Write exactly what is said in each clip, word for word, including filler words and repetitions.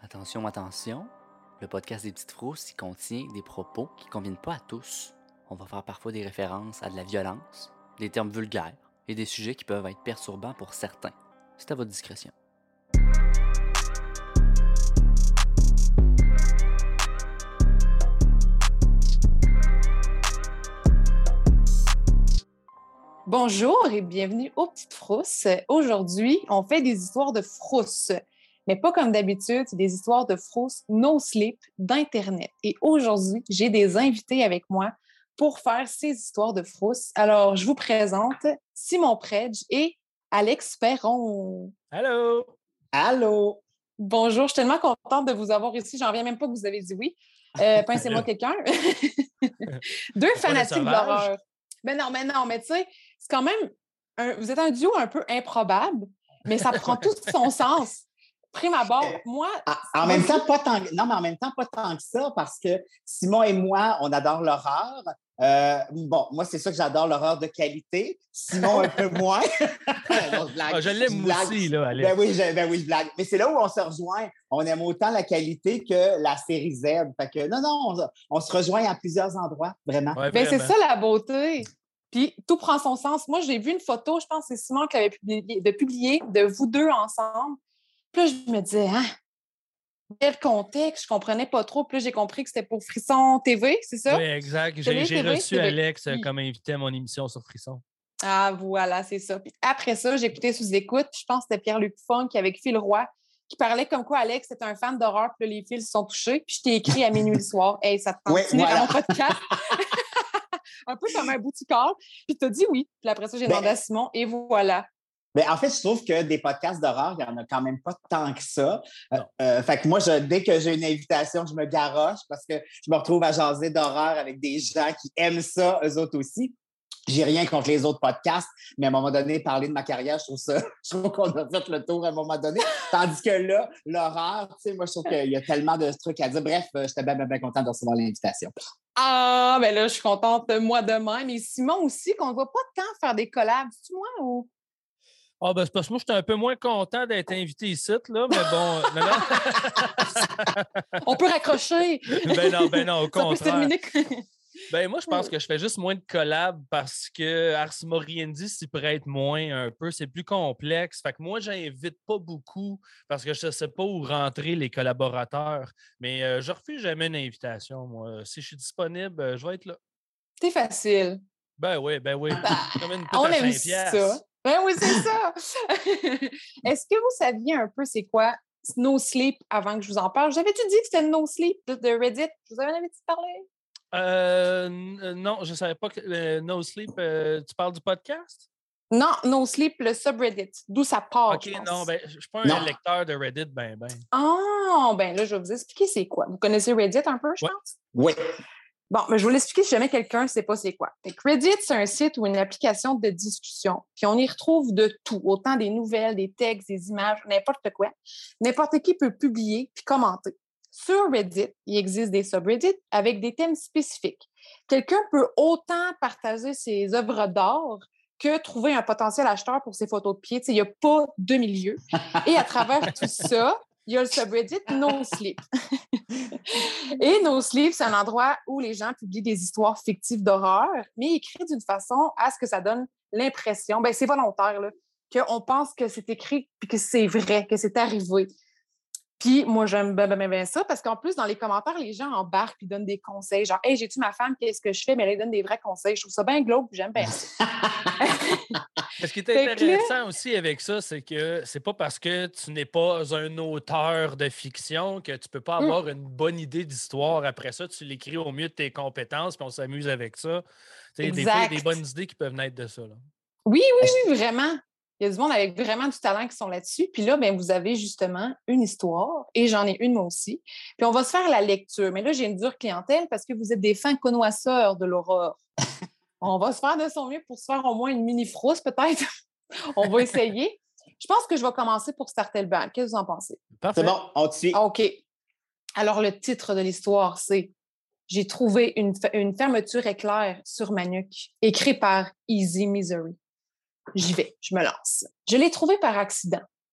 Attention, attention, le podcast des Petites Frousses, il contient des propos qui ne conviennent pas à tous. On va faire parfois des références à de la violence, des termes vulgaires et des sujets qui peuvent être perturbants pour certains. C'est à votre discrétion. Bonjour et bienvenue aux Petites Frousses. Aujourd'hui, on fait des histoires de frousses, mais pas comme d'habitude, c'est des histoires de frousses no sleep d'Internet. Et aujourd'hui, j'ai des invités avec moi pour faire ces histoires de frousses. Alors, je vous présente Simon Predge et Alex Perron. Allô! Allô! Bonjour, je suis tellement contente de vous avoir ici. J'en reviens même pas que vous avez dit oui. Euh, Pincez-moi quelqu'un. Deux fanatiques d'horreur. Ben non, mais non, mais tu sais, c'est quand même, un, vous êtes un duo un peu improbable, mais ça prend tout son sens. Prime abord, moi... En, en même temps, pas tant, non, mais en même temps, pas tant que ça, parce que Simon et moi, on adore l'horreur. Euh, bon, moi, c'est ça que j'adore, l'horreur de qualité. Simon, un peu moins. Non, je blague. Ah, je l'aime je aussi, là, Alex. Ben oui, je, ben oui, je blague. Mais c'est là où on se rejoint. On aime autant la qualité que la série Z. Fait que non, non, on, on se rejoint à plusieurs endroits, vraiment. Ouais, ben, c'est ça, la beauté. Puis, tout prend son sens. Moi, j'ai vu une photo, je pense que c'est Simon qui avait publié, de publier de vous deux ensemble. Puis là, je me disais, hein, quel contexte? Je comprenais pas trop. Puis là, j'ai compris que c'était pour Frisson T V, c'est ça? Oui, exact. J'ai, j'ai reçu T V. Alex oui. comme invité à mon émission sur Frisson. Ah, voilà, c'est ça. Puis après ça, j'ai écouté Sous-écoute. Puis je pense que c'était Pierre-Luc Funk avec Phil Roy qui parlait comme quoi Alex était un fan d'horreur. Puis là, les fils se sont touchés. Puis je t'ai écrit à minuit le soir. Hey, ça te tente oui, voilà. à mon podcast? Un peu comme un bouticard. Puis tu as dit oui. Puis après ça, j'ai demandé ben, à Simon et voilà. Ben, en fait, je trouve que des podcasts d'horreur, il n'y en a quand même pas tant que ça. Euh, euh, fait que moi, je, dès que j'ai une invitation, je me garoche parce que je me retrouve à jaser d'horreur avec des gens qui aiment ça, eux autres aussi. J'ai rien contre les autres podcasts, mais à un moment donné, parler de ma carrière, je trouve ça, je trouve qu'on a fait le tour à un moment donné. Tandis que là, l'horreur, tu sais, moi, je trouve qu'il y a tellement de trucs à dire. Bref, j'étais bien, bien, bien contente de recevoir l'invitation. Ah, ben là, je suis contente, moi de même. Et Simon aussi, qu'on ne voit pas tant faire des collabs. C'est-tu moi ou... Ah, ben, c'est parce que moi, j'étais un peu moins content d'être invité ici, là, mais bon. non, non. On peut raccrocher. Ben non, ben non, au contraire. Ça peut se terminer. Ben, moi, je pense que je fais juste moins de collabs parce que Ars Moriendi s'y prête moins un peu. C'est plus complexe. Fait que moi, j'invite pas beaucoup parce que je ne sais pas où rentrer les collaborateurs. Mais euh, je refuse jamais une invitation, moi. Si je suis disponible, je vais être là. C'est facile. Ben oui, ben oui. Bah, Comme une on aime ça. Ben oui, c'est ça. Est-ce que vous saviez un peu c'est quoi No Sleep avant que je vous en parle? J'avais-tu dit que c'était No Sleep de Reddit? Je vous avais dit de parler? Euh, non, je ne savais pas que euh, No Sleep, euh, tu parles du podcast? Non, No Sleep, le subreddit, d'où ça part. OK, non, ben, je ne suis pas un non. lecteur de Reddit, ben, ben. Ah, ben là, je vais vous expliquer c'est quoi. Vous connaissez Reddit un peu, je ouais. pense? Oui. Bon, mais je vais vous l'expliquer si jamais quelqu'un ne sait pas c'est quoi. Fait que Reddit, c'est un site ou une application de discussion. Puis on y retrouve de tout, autant des nouvelles, des textes, des images, n'importe quoi. N'importe qui peut publier puis commenter. Sur Reddit, il existe des subreddits avec des thèmes spécifiques. Quelqu'un peut autant partager ses œuvres d'art que trouver un potentiel acheteur pour ses photos de pied. Il n'y a pas de milieu. Et à travers tout ça, il y a le subreddit No Sleep. Et No Sleep, c'est un endroit où les gens publient des histoires fictives d'horreur, mais écrits d'une façon à ce que ça donne l'impression, ben c'est volontaire, là, qu'on pense que c'est écrit puis que c'est vrai, que c'est arrivé. Puis moi, j'aime bien, bien, bien ça parce qu'en plus, dans les commentaires, les gens embarquent et donnent des conseils. Genre, « Hey, j'ai-tu ma femme? Qu'est-ce que je fais? » Mais là, ils donnent des vrais conseils. Je trouve ça bien glauque puis j'aime bien ça. Ce qui est intéressant aussi avec ça, c'est que c'est pas parce que tu n'es pas un auteur de fiction que tu peux pas avoir mm. une bonne idée d'histoire. Après ça, tu l'écris au mieux de tes compétences puis on s'amuse avec ça. Des fois, il y a des bonnes idées qui peuvent naître de ça. Là. Oui, oui, oui, vraiment. Il y a du monde avec vraiment du talent qui sont là-dessus. Puis là, bien, vous avez justement une histoire et j'en ai une moi aussi. Puis on va se faire la lecture. Mais là, j'ai une dure clientèle parce que vous êtes des fins connoisseurs de l'horreur. On va se faire de son mieux pour se faire au moins une mini-frousse peut-être. On va essayer. Je pense que je vais commencer pour starter le bal. Qu'est-ce que vous en pensez? Parfait. C'est bon, on te suit. OK. Alors, le titre de l'histoire, c'est « J'ai trouvé une, une fermeture éclair sur ma nuque », écrit par Easy Misery. J'y vais, je me lance. Je l'ai trouvé par accident.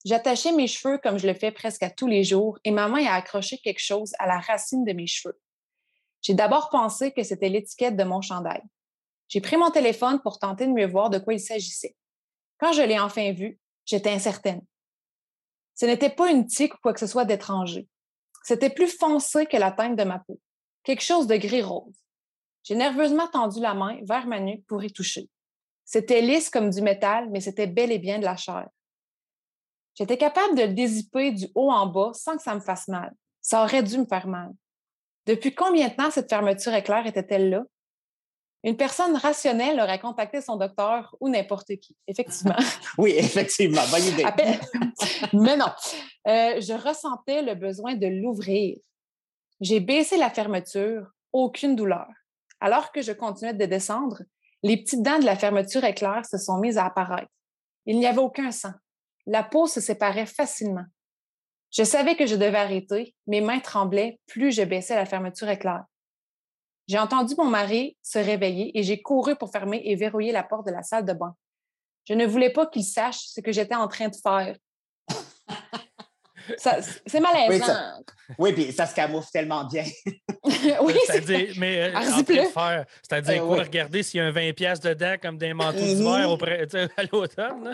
J'attachais mes cheveux comme je le fais presque à tous les jours et ma main a accroché quelque chose à la racine de mes cheveux. J'ai d'abord pensé que c'était l'étiquette de mon chandail. J'ai pris mon téléphone pour tenter de mieux voir de quoi il s'agissait. Quand je l'ai enfin vu, j'étais incertaine. Ce n'était pas une tique ou quoi que ce soit d'étranger. C'était plus foncé que la teinte de ma peau. Quelque chose de gris-rose. J'ai nerveusement tendu la main vers ma nuque pour y toucher. C'était lisse comme du métal, mais c'était bel et bien de la chair. J'étais capable de le dézipper du haut en bas sans que ça me fasse mal. Ça aurait dû me faire mal. Depuis combien de temps cette fermeture éclair était-elle là? Une personne rationnelle aurait contacté son docteur ou n'importe qui, effectivement. Oui, effectivement, bonne idée. Appel... Mais non, euh, je ressentais le besoin de l'ouvrir. J'ai baissé la fermeture, aucune douleur. Alors que je continuais de descendre, les petites dents de la fermeture éclair se sont mises à apparaître. Il n'y avait aucun sang. La peau se séparait facilement. Je savais que je devais arrêter, mes mains tremblaient plus je baissais la fermeture éclair. J'ai entendu mon mari se réveiller et j'ai couru pour fermer et verrouiller la porte de la salle de bain. Je ne voulais pas qu'il sache ce que j'étais en train de faire. Ça, c'est malaisant. Oui, ça, oui, puis ça se camoufle tellement bien. Oui, c'est-à-dire, mais euh, en train de faire, c'est-à-dire euh, quoi, oui. regarder s'il y a un vingt piastres dedans comme des manteaux Mm-hmm. d'hiver au, à l'automne.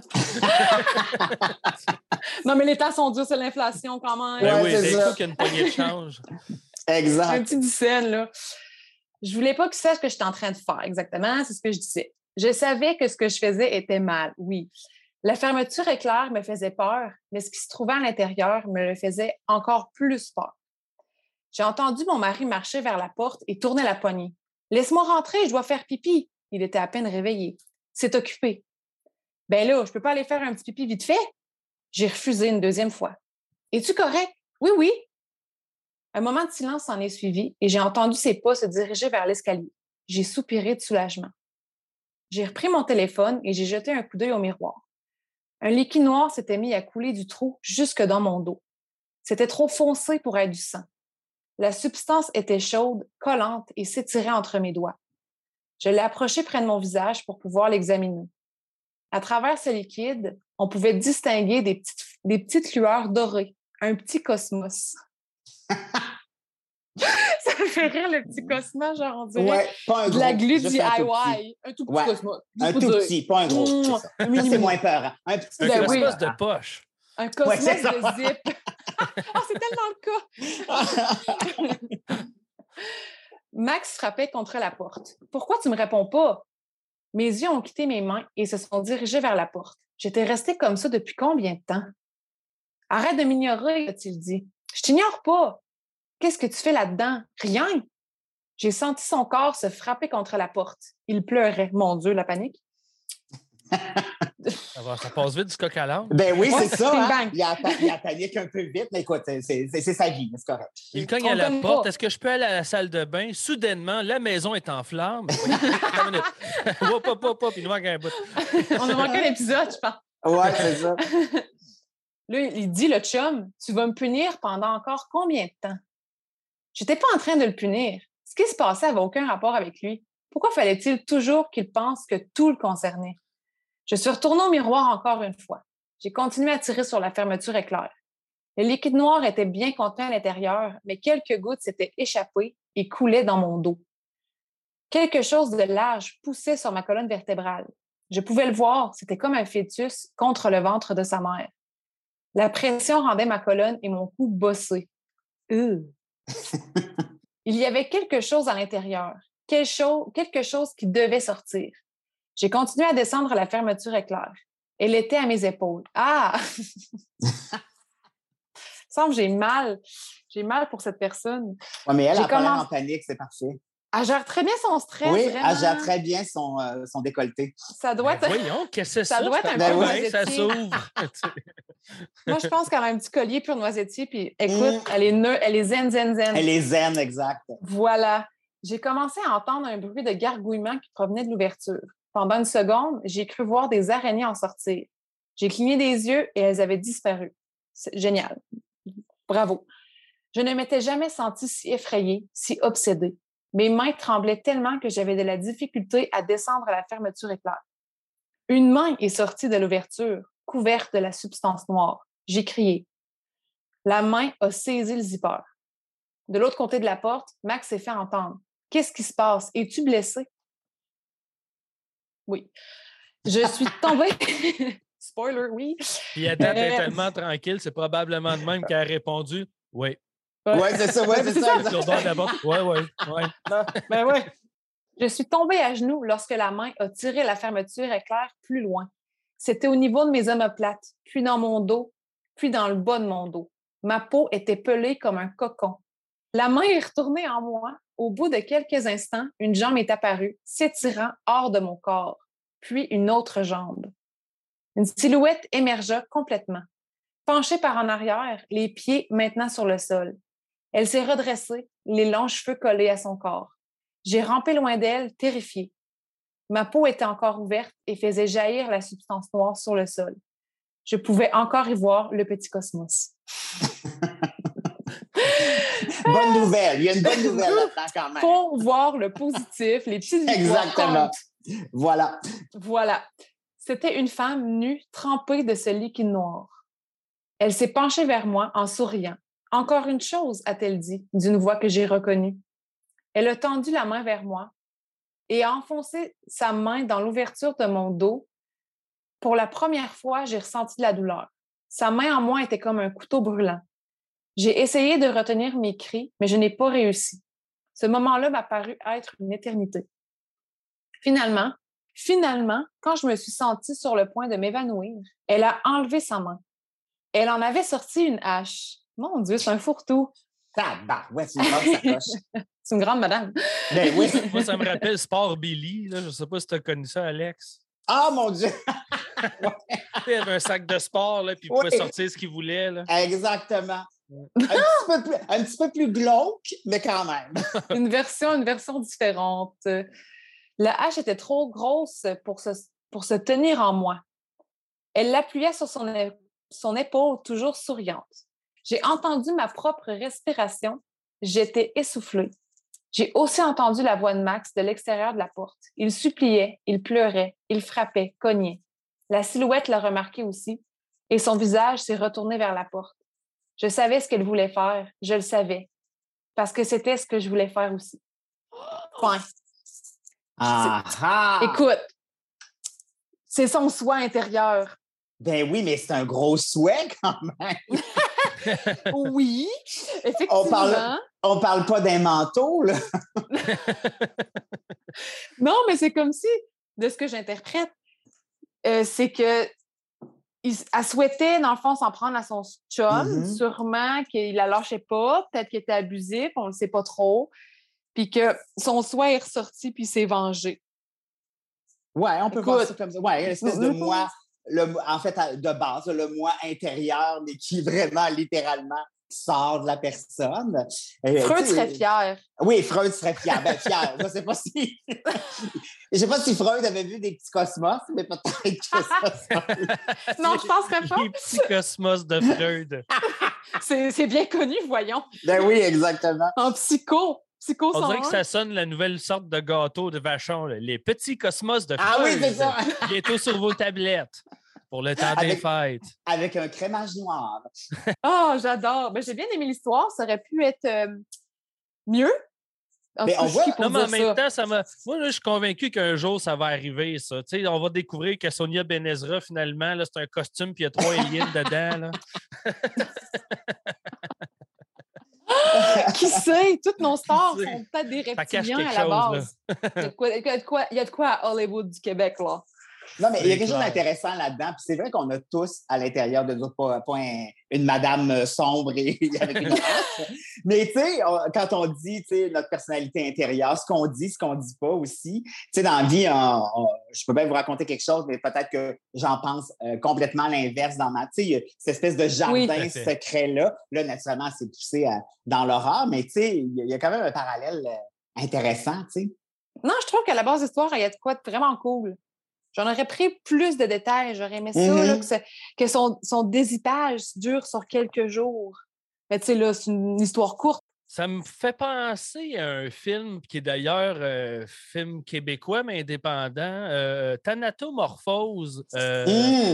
Non, mais les temps sont durs, c'est l'inflation quand même. Ben Ouais, oui, c'est d'un ça. coup qu'il y a une poignée de change. Exact. Un petit dixaine, là. Je voulais pas qu'il sache ce que j'étais en train de faire, exactement, c'est ce que je disais. Je savais que ce que je faisais était mal, oui. La fermeture éclair me faisait peur, mais ce qui se trouvait à l'intérieur me le faisait encore plus peur. J'ai entendu mon mari marcher vers la porte et tourner la poignée. « Laisse-moi rentrer, je dois faire pipi. » Il était à peine réveillé. « C'est occupé. » « Ben là, je peux pas aller faire un petit pipi vite fait? » J'ai refusé une deuxième fois. « Es-tu correct? »« Oui, oui. » Un moment de silence s'en est suivi et j'ai entendu ses pas se diriger vers l'escalier. J'ai soupiré de soulagement. J'ai repris mon téléphone et j'ai jeté un coup d'œil au miroir. Un liquide noir s'était mis à couler du trou jusque dans mon dos. C'était trop foncé pour être du sang. La substance était chaude, collante et s'étirait entre mes doigts. Je l'ai approché près de mon visage pour pouvoir l'examiner. À travers ce liquide, on pouvait distinguer des petites, des petites lueurs dorées, un petit cosmos. Ça me fait rire, le petit cosmos, genre on dirait Ouais, pas un de la gros, glu juste D I un tout Y. petit. Un tout petit Ouais, cosmos. un tout petit, pas un gros. C'est ça. Un Ça, mini c'est moins peur. Un petit Un Ben oui. cosmos de poche. Un cosmos Ouais, c'est ça. de zip. Ah, c'est tellement le cas. Max frappait contre la porte. « Pourquoi tu me réponds pas? » Mes yeux ont quitté mes mains et se sont dirigés vers la porte. J'étais restée comme ça depuis combien de temps? « Arrête de m'ignorer, a-t-il dit. Je t'ignore pas. Qu'est-ce que tu fais là-dedans? Rien. » J'ai senti son corps se frapper contre la porte. Il pleurait. Mon Dieu, la panique. Ça, va, ça passe vite du coq à l'âne. Ben oui, Ouais, c'est ça. bing Hein? bang. Il, a, il a paniqué un peu vite, mais écoute, c'est, c'est, c'est sa vie, c'est correct. Il cogne On à la connaît porte. pas. Est-ce que je peux aller à la salle de bain? Soudainement, la maison est en flammes. Attends une minute. Hop, hop, hop, hop, il nous manque un bout. On a manqué un épisode, je pense. Ouais, c'est ça. Là, il dit, le chum, tu vas me punir pendant encore combien de temps? J'étais pas en train de le punir. Ce qui se passait n'avait aucun rapport avec lui. Pourquoi fallait-il toujours qu'il pense que tout le concernait? Je suis retournée au miroir encore une fois. J'ai continué à tirer sur la fermeture éclair. Le liquide noir était bien contenu à l'intérieur, mais quelques gouttes s'étaient échappées et coulaient dans mon dos. Quelque chose de large poussait sur ma colonne vertébrale. Je pouvais le voir, c'était comme un fœtus contre le ventre de sa mère. La pression rendait ma colonne et mon cou bossé. Euh. Il y avait quelque chose à l'intérieur, quelque chose, quelque chose qui devait sortir. J'ai continué à descendre la fermeture éclair. Elle était à mes épaules. Ah! Il semble que j'ai mal. J'ai mal pour cette personne. Ouais, mais elle J'ai a pas l'air commencé- en panique, c'est parfait. Elle gère très bien son stress, Oui, vraiment. elle gère très bien son, euh, son décolleté. Ça doit être... Voyons, qu'est-ce que c'est Ça ça? doit être un Ben peu ouais, ça noisettier. s'ouvre. Moi, je pense qu'elle a un petit collier pur noisetier, puis écoute, Mm. elle est neu, elle est zen, zen, zen. Elle est zen, exact. Voilà. J'ai commencé à entendre un bruit de gargouillement qui provenait de l'ouverture. Pendant une seconde, j'ai cru voir des araignées en sortir. J'ai cligné des yeux et elles avaient disparu. C'est génial. Bravo. Je ne m'étais jamais sentie si effrayée, si obsédée. Mes mains tremblaient tellement que j'avais de la difficulté à descendre la fermeture éclair. Une main est sortie de l'ouverture, couverte de la substance noire. J'ai crié. La main a saisi le zipper. De l'autre côté de la porte, Max s'est fait entendre. « Qu'est-ce qui se passe? Es-tu blessé? » Oui. Je suis tombée... Spoiler, oui. Puis elle est Euh, tellement tranquille, c'est probablement de même qu'elle a répondu « Oui. » Ouais, Ouais, c'est ça, ouais, c'est ça. Sur le bord de la porte. Oui, oui, oui. Ben ouais. Je suis tombée à genoux lorsque la main a tiré la fermeture éclair plus loin. C'était au niveau de mes omoplates, puis dans mon dos, puis dans le bas de mon dos. Ma peau était pelée comme un cocon. La main est retournée en moi. Au bout de quelques instants, une jambe est apparue, s'étirant hors de mon corps, puis une autre jambe. Une silhouette émergea complètement. Penchée par en arrière, les pieds maintenant sur le sol. Elle s'est redressée, les longs cheveux collés à son corps. J'ai rampé loin d'elle, terrifiée. Ma peau était encore ouverte et faisait jaillir la substance noire sur le sol. Je pouvais encore y voir le petit cosmos. Bonne nouvelle. Il y a une bonne nouvelle là-dedans quand même. Faut voir le positif, les petites victoires Exactement. comptent. Voilà. Voilà. C'était une femme nue, trempée de ce liquide noir. Elle s'est penchée vers moi en souriant. « Encore une chose, a-t-elle dit, d'une voix que j'ai reconnue. Elle a tendu la main vers moi et a enfoncé sa main dans l'ouverture de mon dos. Pour la première fois, j'ai ressenti de la douleur. Sa main en moi était comme un couteau brûlant. J'ai essayé de retenir mes cris, mais je n'ai pas réussi. Ce moment-là m'a paru être une éternité. Finalement, finalement, quand je me suis sentie sur le point de m'évanouir, elle a enlevé sa main. Elle en avait sorti une hache. Mon Dieu, c'est un fourre-tout. Tabarouette, c'est une grande sacoche. C'est une grande madame. Ben oui. Moi, ça me rappelle Sport Billy. Là. Je ne sais pas si tu as connu ça, Alex. Ah, mon Dieu! Il avait un sac de sport, là, puis il Oui. pouvait sortir ce qu'il voulait. Là. Exactement. Un petit, peu plus, un petit peu plus glauque, mais quand même. Une version, une version différente. La hache était trop grosse pour se, pour se tenir en moi. Elle l'appuyait sur son, é- son épaule, toujours souriante. J'ai entendu ma propre respiration. J'étais essoufflée. J'ai aussi entendu la voix de Max de l'extérieur de la porte. Il suppliait, il pleurait, il frappait, cognait. La silhouette l'a remarqué aussi, et son visage s'est retourné vers la porte. Je savais ce qu'elle voulait faire, je le savais, parce que c'était ce que je voulais faire aussi. Point. Ah, ah. Écoute, c'est son souhait intérieur. Ben oui, mais c'est un gros souhait quand même. Oui, effectivement. On parle, on parle pas d'un manteau, là. Non, mais c'est comme si, de ce que j'interprète, euh, c'est que il, elle souhaitait, dans le fond, s'en prendre à son chum. Mm-hmm. Sûrement qu'il la lâchait pas. Peut-être qu'il était abusif, on le sait pas trop. Puis que son souhait est ressorti puis il s'est vengé. Ouais, on peut Écoute, voir ça comme ça. Ouais, une espèce de moi, le, en fait, de base, le moi intérieur, mais qui vraiment, littéralement, sort de la personne. Freud serait fier. Oui, Freud serait fier. Ben, fier. Je ne sais pas si... Je sais pas si Freud avait vu des petits cosmos, mais peut-être que ça... Non, je penserais pas. Les petits cosmos de Freud. c'est, c'est bien connu, voyons. Ben oui, exactement. En psycho. Psycho On dirait que ça sonne la nouvelle sorte de gâteau de Vachon, là. Les petits cosmos de Freud. Ah oui, c'est ça. Bientôt sur vos tablettes. Pour le temps avec, des fêtes. Avec un crémage noir. Oh, j'adore. Ben, j'ai bien aimé l'histoire. Ça aurait pu être euh, mieux. Mais on voit... Non, mais en même ça. temps, ça m'a... Moi, là, je suis convaincu qu'un jour, ça va arriver, ça. Tu sais, on va découvrir que Sonia Benezra, finalement, là, c'est un costume puis il y a trois aliens dedans. Là. Qui sait? Toutes nos stars sont peut-être des reptiliens à la base. Il y a de quoi, il y a de quoi, il y a de quoi à Hollywood du Québec, là. Non, mais il y a quelque chose d'intéressant là-dedans. Puis c'est vrai qu'on a tous à l'intérieur de nous pas, pas un, une madame sombre et avec une hache. Mais tu sais, quand on dit notre personnalité intérieure, ce qu'on dit, ce qu'on dit pas aussi. Tu sais, dans la vie, on, on, je peux bien vous raconter quelque chose, mais peut-être que j'en pense euh, complètement l'inverse dans ma... Tu sais, cette espèce de jardin oui, secret-là. Là, naturellement, c'est poussé à, dans l'horreur, mais tu sais, il y a quand même un parallèle euh, intéressant, tu sais. Non, je trouve qu'à la base de l'histoire, il y a de quoi de vraiment cool. J'en aurais pris plus de détails. J'aurais aimé ça, mm-hmm. là, que, ça, que son, son dézippage dure sur quelques jours. Mais tu sais, là, c'est une histoire courte. Ça me fait penser à un film qui est d'ailleurs euh, film québécois, mais indépendant, euh, Thanatomorphose. Euh, mm.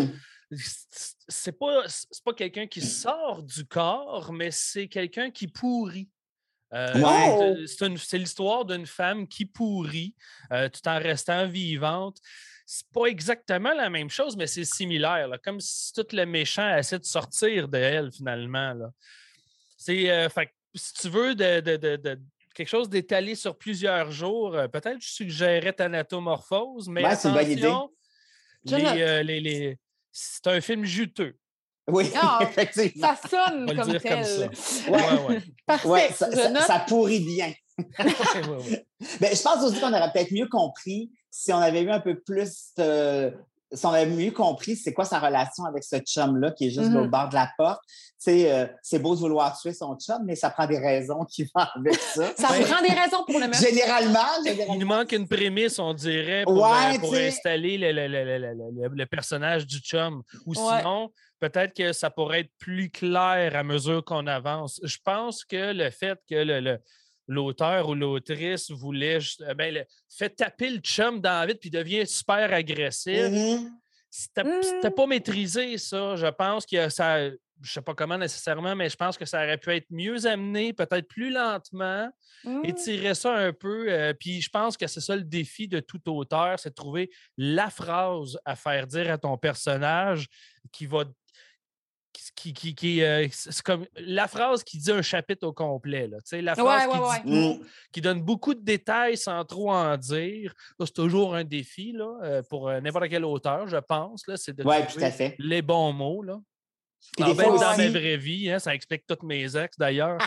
c'est pas, c'est pas quelqu'un qui sort du corps, mais c'est quelqu'un qui pourrit. Euh, Ouais. c'est, une, c'est l'histoire d'une femme qui pourrit euh, tout en restant vivante. C'est pas exactement la même chose, mais c'est similaire. Là, comme si tout le méchant essaie de sortir d'elle, finalement. Là. C'est, euh, fait, si tu veux de, de, de, de quelque chose d'étalé sur plusieurs jours, euh, peut-être je suggérais Thanatomorphose, mais Ouais, c'est une bonne idée. attention, les, euh, les, les, c'est un film juteux. Oui, Ah, effectivement. Ça sonne On va le comme dire tel. comme ça. Ouais. Ouais, ouais. Parfait. Ouais, ça, je ça, note. ça pourrit bien. Ouais, ouais, ouais. Ben, je pense aussi qu'on aurait peut-être mieux compris si on avait eu un peu plus de... Si on avait mieux compris c'est quoi sa relation avec ce chum-là qui est juste Mhm. au bord de la porte. Tu sais, euh, c'est beau de vouloir tuer son chum, mais ça prend des raisons qui vont avec ça. Ça Ouais. prend des raisons pour le mettre. Généralement, Il généralement. nous manque une prémisse, on dirait, pour, Ouais, euh, pour t'sais. installer le, le- le- le- le- le- le personnage du chum. Ou Ouais. sinon, peut-être que ça pourrait être plus clair à mesure qu'on avance. Je pense que le fait que le, le- l'auteur ou l'autrice voulait juste, euh, ben, le, fait taper le chum dans la vitre puis devient super agressif. Mhm. C'était Mm. c'était pas maîtrisé, ça. Je pense que ça. Je sais pas comment nécessairement, mais je pense que ça aurait pu être mieux amené, peut-être plus lentement, Mm. étirer ça un peu. euh, puis je pense que c'est ça le défi de tout auteur, c'est de trouver la phrase à faire dire à ton personnage qui va. Qui, qui, qui, euh, c'est comme la phrase qui dit un chapitre au complet. Là. Tu sais, la phrase Ouais, qui ouais, dit ouais. tout, Mm. qui donne beaucoup de détails sans trop en dire. Ça, c'est toujours un défi là, euh, pour euh, n'importe quel auteur, je pense. Là, c'est de Ouais, trouver tout à fait. les bons mots. Là. Puis Alors, des fois même dans aussi- ma vraie vie, hein, ça explique toutes mes ex d'ailleurs.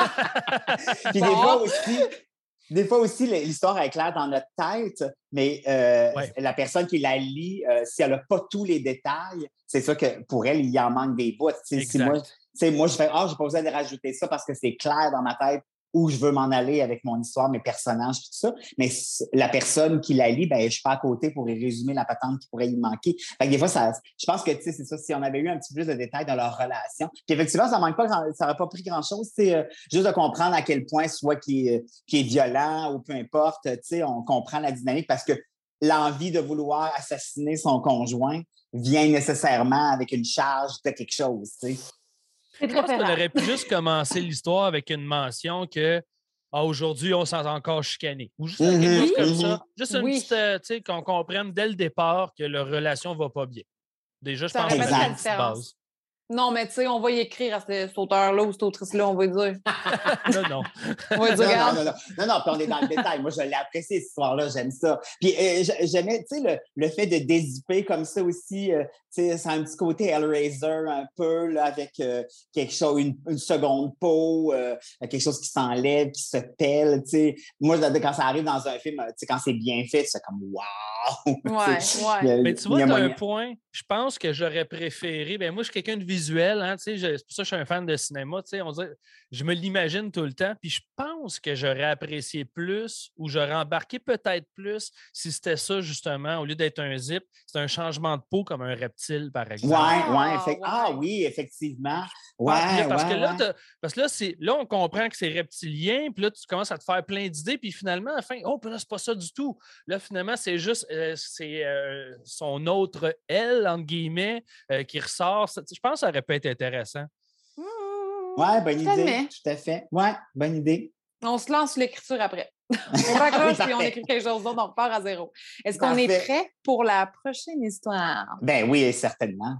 Puis des Bon. fois aussi, des fois aussi, l'histoire est claire dans notre tête, mais euh, Ouais. la personne qui la lit, euh, si elle n'a pas tous les détails, c'est ça que pour elle, il y en manque des bouts. Tu sais, si Exact. moi, tu sais, moi, je fais Ah, j'ai pas besoin de rajouter ça parce que c'est clair dans ma tête où je veux m'en aller avec mon histoire, mes personnages, tout ça. Mais c- la personne qui la lit, ben, je suis pas à côté pour y résumer la patente qui pourrait y manquer. Fait que des fois, ça, je pense que, tu sais, c'est ça, si on avait eu un petit peu plus de détails dans leur relation. Puis effectivement, ça manque pas, grand- ça n'aurait pas pris grand-chose, tu sais, euh, juste de comprendre à quel point, soit qui est, qui est violent ou peu importe, tu sais, on comprend la dynamique parce que l'envie de vouloir assassiner son conjoint vient nécessairement avec une charge de quelque chose, tu sais. C'est Je pense qu'on préférable. aurait pu juste commencer l'histoire avec une mention que ah, aujourd'hui, on s'est encore chicané. Ou juste quelque Mhm, chose comme mhm. ça. Juste une Oui. petite, euh, tu sais, qu'on comprenne dès le départ que leur relation va pas bien. Déjà, je Ça pense aurait que fait c'est la une petite différence. base. Non, mais tu sais, on va y écrire à ce- cet auteur-là ou cet autrice-là, on va lui dire. Non, non. On va lui Non, dire, non, regarde. non, non, non, non, puis on est dans le détail. Moi, je l'ai apprécié, cette histoire-là, j'aime ça. Puis euh, j- j'aimais, tu sais, le, le fait de dézipper comme ça aussi, euh, tu sais, c'est un petit côté Hellraiser un peu, là, avec euh, quelque chose, une, une seconde peau, euh, quelque chose qui s'enlève, qui se pèle, tu sais. Moi, quand ça arrive dans un film, tu sais, quand c'est bien fait, c'est comme « wow! » Ouais, Tu sais, ouais. il y a- Mais tu il vois, y a tu as un moyen. point. Je pense que j'aurais préféré. Ben moi, je suis quelqu'un de visuel. Hein, tu sais, je- c'est pour ça que je suis un fan de cinéma. Tu sais, on dirait- je me l'imagine tout le temps. Puis je pense que j'aurais apprécié plus ou j'aurais embarqué peut-être plus si c'était ça, justement. Au lieu d'être un zip, c'est un changement de peau comme un reptile, par exemple. Ouais, Ah, ouais, effect- ah ouais. oui, effectivement. Ah, puis Ouais, là, parce ouais, que là, ouais. t'as- parce que là, c'est, là, on comprend que c'est reptilien, puis là, tu commences à te faire plein d'idées, puis finalement, à la fin, oh, puis là, c'est pas ça du tout. Là, finalement, c'est juste euh, c'est, euh, son autre elle, entre guillemets, euh, qui ressort. Ça- Je pense que ça aurait pu être intéressant. Mmh. Ouais, bonne Totalement. idée, tout à fait. Ouais, bonne idée. On se lance sur l'écriture après. On raccroche Oui, puis on parfait. écrit quelque chose d'autre, on repart à zéro. Est-ce qu'on est Parfait. prêt pour la prochaine histoire? Ben oui, certainement.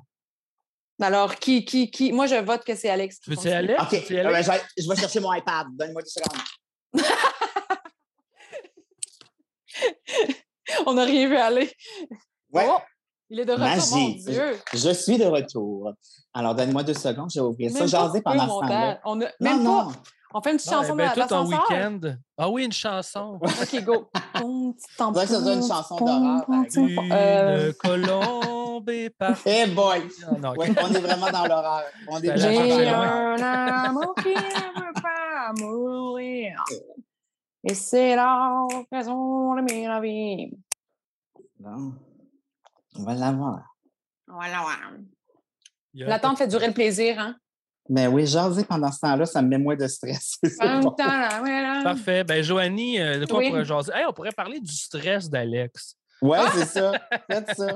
Alors, qui, qui, qui? Moi, je vote que c'est Alex. qui Tu veux-tu continue. aller? OK, Tu veux y aller? euh, je, vais, je vais chercher mon iPad. Donne-moi deux secondes. On n'a rien vu aller. Ouais. Oh, il est de retour, Magie. mon Dieu. Je suis de retour. Alors, donne-moi deux secondes, je vais ouvrir ça. Même pas Jaser de peu au pendant ce temps-là. montage. On a, Non, même non. pas. On fait une petite Ah, chanson eh ben, de toi, ton l'ascenseur. week-end. Ah oui, une chanson. OK, go. Ton petit On dirait que ça doit être une chanson d'horreur, par exemple. Une Euh, colombe est partie. Eh boy! Ah, non, ok. Ouais, on est vraiment dans l'horreur. On est J'ai vraiment J'ai dans cherché l'horreur. un amour qui ne veut pas mourir. Et c'est la raison de ma vie. Bon. On va l'avoir. Voilà, ouais. Il y a- L'attente fait durer le plaisir, hein? Mais oui, jaser pendant ce temps-là, ça me met moins de stress. C'est En bon. même temps, là, voilà. Parfait. Ben, Joanie, euh, de quoi Oui. on pourrait jaser? Hey, on pourrait parler du stress d'Alex. Ouais, c'est ça. Faites ça.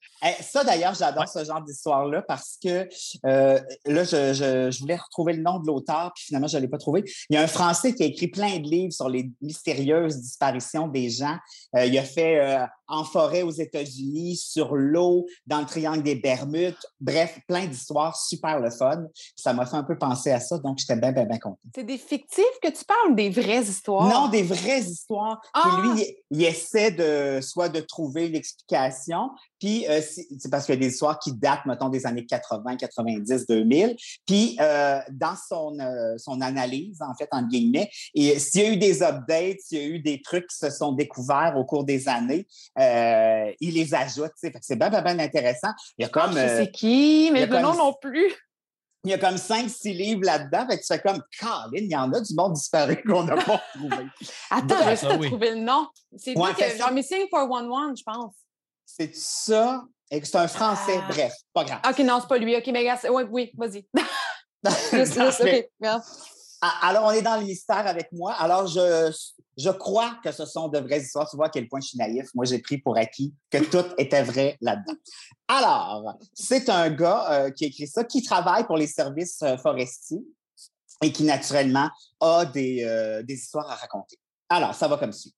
Eh, ça, d'ailleurs, j'adore Ouais. ce genre d'histoire-là parce que euh, là, je, je, je voulais retrouver le nom de l'auteur, puis finalement, je ne l'ai pas trouvé. Il y a un Français qui a écrit plein de livres sur les mystérieuses disparitions des gens. Euh, il a fait euh, En forêt aux États-Unis, sur l'eau, dans le triangle des Bermudes. Bref, plein d'histoires super le fun. Ça m'a fait un peu penser à ça, donc j'étais bien, bien, bien content. C'est des fictifs que tu parles ou des vraies histoires? Non, des vraies histoires. Ah! Puis lui, il, il essaie de soit de trouver l'explication, puis euh, c'est, c'est parce qu'il y a des histoires qui datent, mettons, des années quatre-vingts, quatre-vingt-dix, deux mille. Puis euh, dans son, euh, son analyse, en fait, en guillemets, et s'il y a eu des updates, s'il y a eu des trucs qui se sont découverts au cours des années, euh, il les ajoute. Fait que c'est bien, bien, bien intéressant. Il y a comme... Je euh, sais qui, mais il y a le nom comme- non plus. il y a comme cinq, six livres là-dedans. Fait que tu fais comme, Caroline, il y en a du monde disparu qu'on n'a pas retrouvé. Attends, Bref, je vais essayer de oui. trouver le nom. C'est Ouais, lui fait que, ça. genre Missing four one one, je pense. C'est ça. Et que c'est un Français. Ah. Bref, pas grave. OK, non, c'est pas lui. OK, mais regarde, c'est- ouais, oui, vas-y. Liste, liste, Parfait. OK, regarde. Ah, Alors, on est dans le mystère avec moi. Alors, je, je crois que ce sont de vraies histoires. Tu vois à quel point je suis naïf. Moi, j'ai pris pour acquis que tout était vrai là-dedans. Alors, c'est un gars euh, qui a écrit ça, qui travaille pour les services euh, forestiers et qui, naturellement, a des, euh, des histoires à raconter. Alors, ça va comme suit.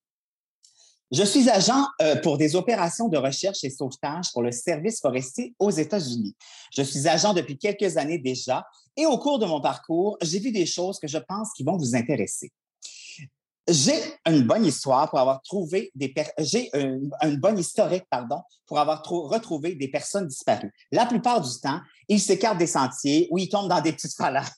Je suis agent euh, pour des opérations de recherche et sauvetage pour le service forestier aux États-Unis. Je suis agent depuis quelques années déjà et au cours de mon parcours, j'ai vu des choses que je pense qui vont vous intéresser. J'ai une bonne histoire pour avoir trouvé des per... j'ai une, une bonne historique pardon pour avoir trou- retrouvé des personnes disparues. La plupart du temps, ils s'écartent des sentiers ou ils tombent dans des petites falaises.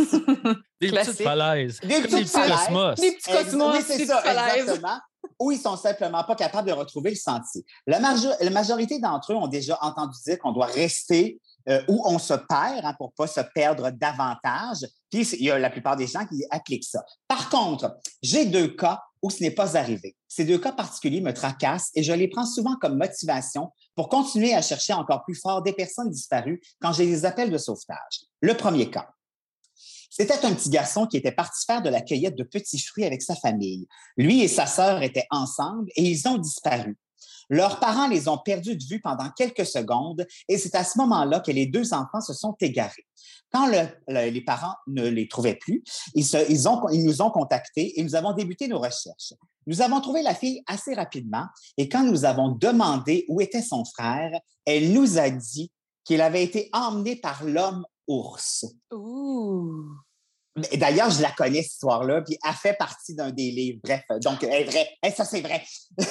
Des Classique. petites falaises. Des Comme petites des petits falaises. cosmos. Des petits Ex- cosmos, oui, des c'est petites ça, falaises. exactement. Ou ils sont simplement pas capables de retrouver le sentier. La, majo- la majorité d'entre eux ont déjà entendu dire qu'on doit rester euh, où on se perd hein, pour ne pas se perdre davantage. Puis il y a la plupart des gens qui appliquent ça. Par contre, j'ai deux cas où ce n'est pas arrivé. Ces deux cas particuliers me tracassent et je les prends souvent comme motivation pour continuer à chercher encore plus fort des personnes disparues quand j'ai des appels de sauvetage. Le premier cas. C'était un petit garçon qui était parti faire de la cueillette de petits fruits avec sa famille. Lui et sa sœur étaient ensemble et ils ont disparu. Leurs parents les ont perdus de vue pendant quelques secondes et c'est à ce moment-là que les deux enfants se sont égarés. Quand le, le, les parents ne les trouvaient plus, ils, se, ils, ont, ils nous ont contactés et nous avons débuté nos recherches. Nous avons trouvé la fille assez rapidement et quand nous avons demandé où était son frère, elle nous a dit qu'il avait été emmené par l'homme ours. Ouh. Mais d'ailleurs, je la connais, cette histoire-là, puis elle fait partie d'un des livres. Bref, donc, elle est vraie. Hey, ça, c'est vrai.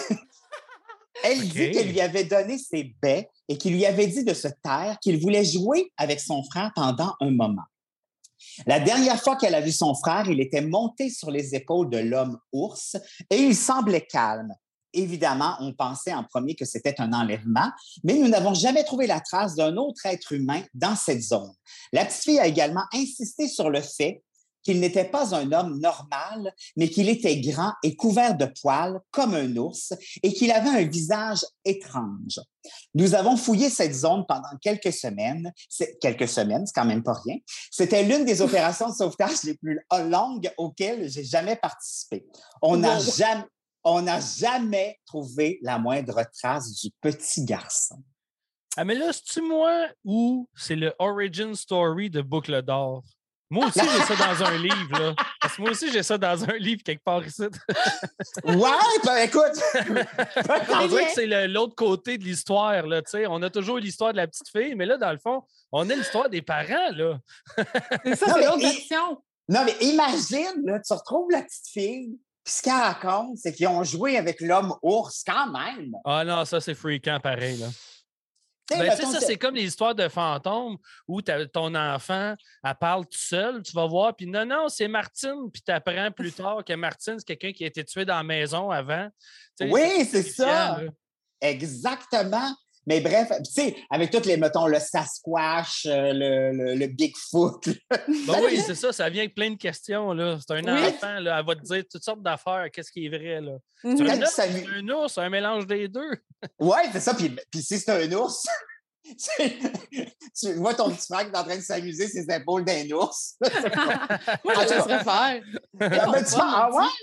Elle OK. dit qu'elle lui avait donné ses baies et qu'il lui avait dit de se taire, qu'il voulait jouer avec son frère pendant un moment. La dernière fois qu'elle a vu son frère, il était monté sur les épaules de l'homme ours et il semblait calme. Évidemment, on pensait en premier que c'était un enlèvement, mais nous n'avons jamais trouvé la trace d'un autre être humain dans cette zone. La petite fille a également insisté sur le fait qu'il n'était pas un homme normal, mais qu'il était grand et couvert de poils comme un ours et qu'il avait un visage étrange. Nous avons fouillé cette zone pendant quelques semaines. C'est, quelques semaines, c'est quand même pas rien. C'était l'une des opérations de sauvetage les plus longues auxquelles j'ai jamais participé. On n'a Wow. jamais, on n'a jamais trouvé la moindre trace du petit garçon. Ah, mais là, c'est-tu moi ou c'est le origin story de Boucle d'or? Moi aussi, j'ai ça dans un livre, là. Parce que moi aussi, j'ai ça dans un livre quelque part ici. Ouais, ben écoute! On dirait que c'est le- l'autre côté de l'histoire, là, tu sais. On a toujours l'histoire de la petite fille, mais là, dans le fond, on a l'histoire des parents, là. C'est ça, Non, c'est mais l'autre il- version. Non, mais imagine, là, tu retrouves la petite fille, puis ce qu'elle raconte, c'est qu'ils ont joué avec l'homme ours quand même. Ah non, ça, c'est freakant, pareil, là. Tu sais, Ben, tu sais, mettons, ça, c'est- c'est comme les histoires de fantômes où t'as- ton enfant, elle parle tout seul, tu vas voir, puis non, non, c'est Martine, puis tu apprends plus tard que Martine, c'est quelqu'un qui a été tué dans la maison avant. Tu sais, Oui, c'est terrifiant, ça. là. Exactement. Mais bref, tu sais, avec toutes les, mettons, le Sasquatch, euh, le, le, le Bigfoot. là. Ben oui, c'est ça, ça vient avec plein de questions, là. C'est un Oui. enfant, là, elle va te dire toutes sortes d'affaires, qu'est-ce qui est vrai, là. Mhm. C'est un, Quand tu ours, s'amuses- c'est un ours, un mélange des deux. Ouais, c'est ça. Puis, puis si c'est un ours, tu, tu vois ton petit frère qui est en train de s'amuser ses épaules d'un ours. Moi, je le laisserais faire. Ah, ben, tu fais, ah ouais?